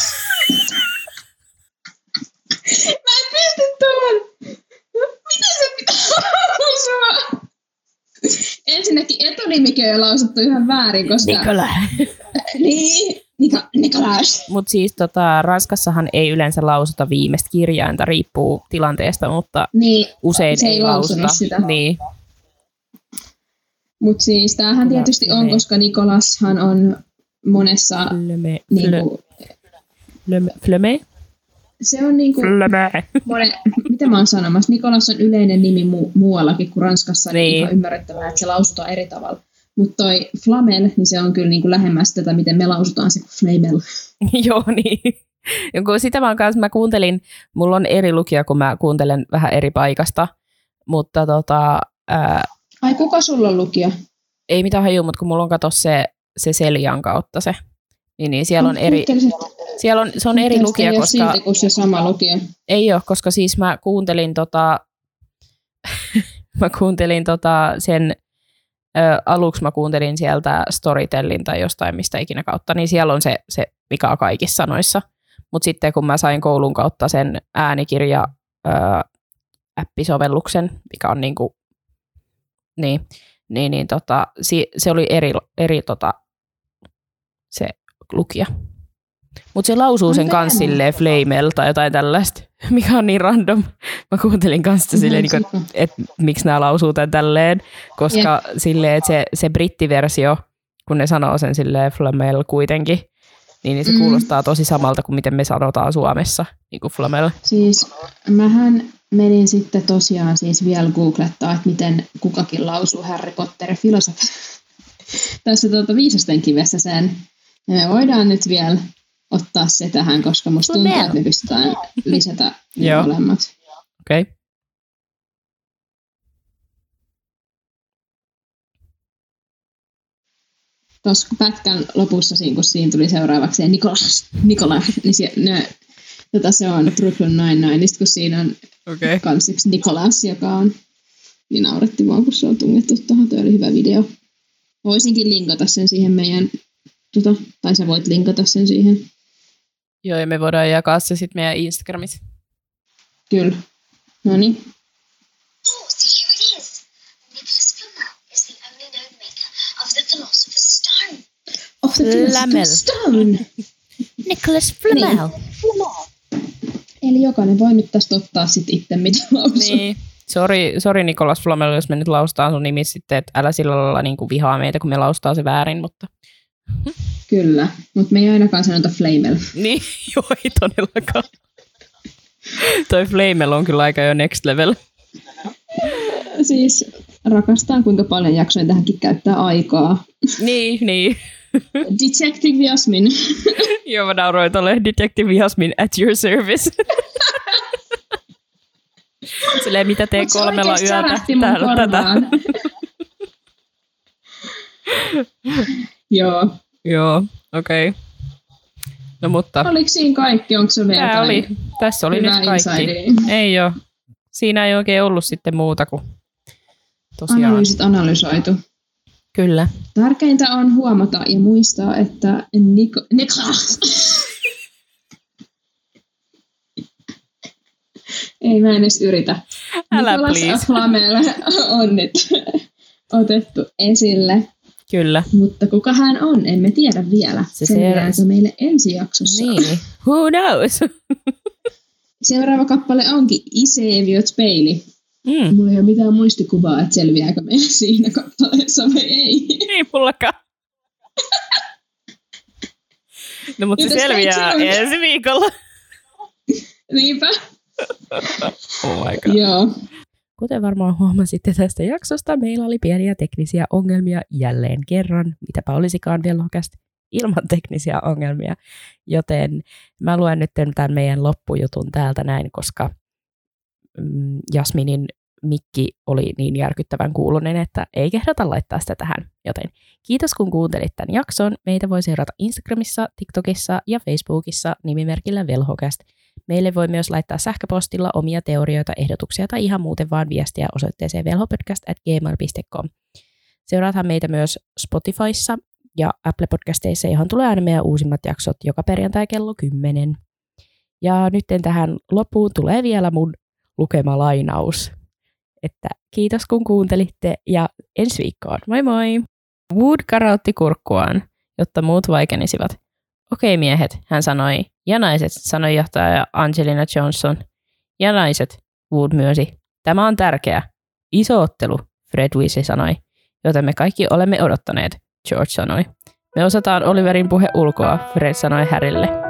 Mä en pysty tuohon. Miten se pitää lausua? Ensinnäkin etunimikin on jo lausuttu ihan väärin, koska... Nikola. Niin, Nik- Nikolas. Mutta siis tota, Ranskassahan ei yleensä lausuta viimeistä kirjainta, riippuu tilanteesta, mutta Niin, usein se ei ei lausunut lausuta. sitä. Niin. Mutta siis tämähän Kyllä, tietysti on, niin. koska Nikolashan on monessa... Fleme. Niinku, Fleme. Fleme. se on niinku... Fleme. Monen, mitä mä oon sanomassa? Nikolas on yleinen nimi mu- muuallakin kuin Ranskassa, niin, Niin. ihan ymmärrettävää, että se lausutaan eri tavalla. Mutta toi Flamel, niin se on kyllä niinku lähemmäs tätä, miten me lausutaan se kuin Flamel. Joo, niin. Ja kun sitä mä, kanssa, mä kuuntelin, mulla on eri lukija, kun mä kuuntelen vähän eri paikasta, mutta tota, ää, Ai, kuka sulla on lukija? ei mitään hajua, mutta kun mulla on kato se, se Seljan kautta se, niin, niin siellä on eri, siellä on, se on eri lukija, ei koska silti kuin se sama lukija. ei ole, koska siis mä kuuntelin tota, mä kuuntelin tota sen, ö, aluksi mä kuuntelin sieltä Storytellin tai jostain mistä ikinä kautta, niin siellä on se, se mikä on kaikissa sanoissa. Mutta sitten kun mä sain koulun kautta sen äänikirja ö, appisovelluksen, mikä on niinku, niin, niin, niin tota, si, se oli eri, eri tota, se lukija. Mutta se lausuu sen kanssa silleen Flamel tai jotain tällaista, mikä on niin random. Mä kuuntelin kanssa silleen, niin että et, miksi nämä lausuu tämän tälleen, koska yeah. silleen, että se, se brittiversio, kun ne sanoo sen silleen Flamel kuitenkin, niin, niin se mm. kuulostaa tosi samalta kuin miten me sanotaan Suomessa, niin kuin Flamel. Siis mähän menin sitten tosiaan siis vielä googlettaa, että miten kukakin lausuu Harry Potter filosofia. Tässä tuota viisasten kivessä sen. Ja me voidaan nyt vielä ottaa se tähän, koska musta tuntuu, että me pystytään lisätä ne molemmat. Okei. Okay. Tuossa pätkän lopussa, siinä, kun siinä tuli seuraavaksi se Nikolas, Nikolas, niin se, ne, tota se on Brooklyn Nine-Nine, niin kun siinä on okay. kans yksi Nikolas, joka on, niin nauretti vaan, kun se on tungettu tuohon, toi oli hyvä video. Voisinkin linkata sen siihen meidän, tota, tai sä voit linkata sen siihen. Joo, ja me voidaan jakaa se sitten meidän Instagramissa. Kyllä. No niin. Oh, so here it is. Nicholas Flamel is the only known maker of the Philosopher's Stone. Of the Philosopher's Stone. Nicholas Flamel. Niin. Eli jokainen voi nyt tästä ottaa sitten itse mitä lausua. Niin. Sori, sori Nicholas Flamel, jos me nyt lausutaan sun nimi sitten, että älä sillä lailla niin kuin vihaa meitä, kun me laustaa se väärin, mutta... Kyllä, mutta me ei ainakaan sanota Flamel. Niin, joo, ei todellakaan. Toi Flamel on kyllä aika jo next level. Siis rakastan, kuinka paljon jaksoin tähänkin käyttää aikaa. Niin, niin. Detective Jasmin. Joo, mä nauroin tolle Detective Jasmin at your service. Silleen, mitä teen kolmella yötä täällä tätä. Joo. Joo, okei. Okay. No mutta... Oliko siinä kaikki? Onko se vielä jotain? Oli. Tässä oli nyt kaikki. Insideri. Ei ole. Siinä ei oikein ollut sitten muuta kuin tosiaan. Analyysit analysoitu. Kyllä. Tärkeintä on huomata ja muistaa, että Niko... Niklas! Ei, mä en edes yritä. Älä Nikolas please. Flamel on nyt otettu esille. Kyllä. Mutta kuka hän on, emme tiedä vielä. Se selviääkö meille ensi jaksossa. Niin. Who knows? Seuraava kappale onkin Iseviot peili. Mm. Mulla ei ole mitään muistikuvaa, että selviääkö meille siinä kappaleessa vai ei. Ei mullakaan. No mutta se selviää ensi viikolla. Niinpä. Oh my god. Joo. Kuten varmaan huomasitte tästä jaksosta, meillä oli pieniä teknisiä ongelmia jälleen kerran. Mitäpä olisikaan Velhokast ilman teknisiä ongelmia. Joten mä luen nyt tämän meidän loppujutun täältä näin, koska mm, Jasminin mikki oli niin järkyttävän kuulunen, että ei kehdata laittaa sitä tähän. Joten kiitos kun kuuntelit tämän jakson. Meitä voi seurata Instagramissa, TikTokissa ja Facebookissa nimimerkillä Velhokast. Meille voi myös laittaa sähköpostilla omia teorioita, ehdotuksia tai ihan muuten vaan viestiä osoitteeseen velhopodcast at gmail dot com. Seuraathan meitä myös Spotifyssa ja Apple Podcasteissa, johon tulee aina meidän uusimmat jaksot joka perjantai kello kymmenen. Ja nyt tähän loppuun tulee vielä mun lukema lainaus. Että kiitos kun kuuntelitte ja ensi viikkoon. Moi moi! Wood karautti kurkkuaan, jotta muut vaikenisivat. Okei miehet, hän sanoi. Ja naiset, sanoi johtaja Angelina Johnson. Ja naiset, Wood myönsi. Tämä on tärkeä. Iso ottelu, Fred Weasley sanoi. Joten me kaikki olemme odottaneet, George sanoi. Me osataan Oliverin puhe ulkoa, Fred sanoi Harrylle.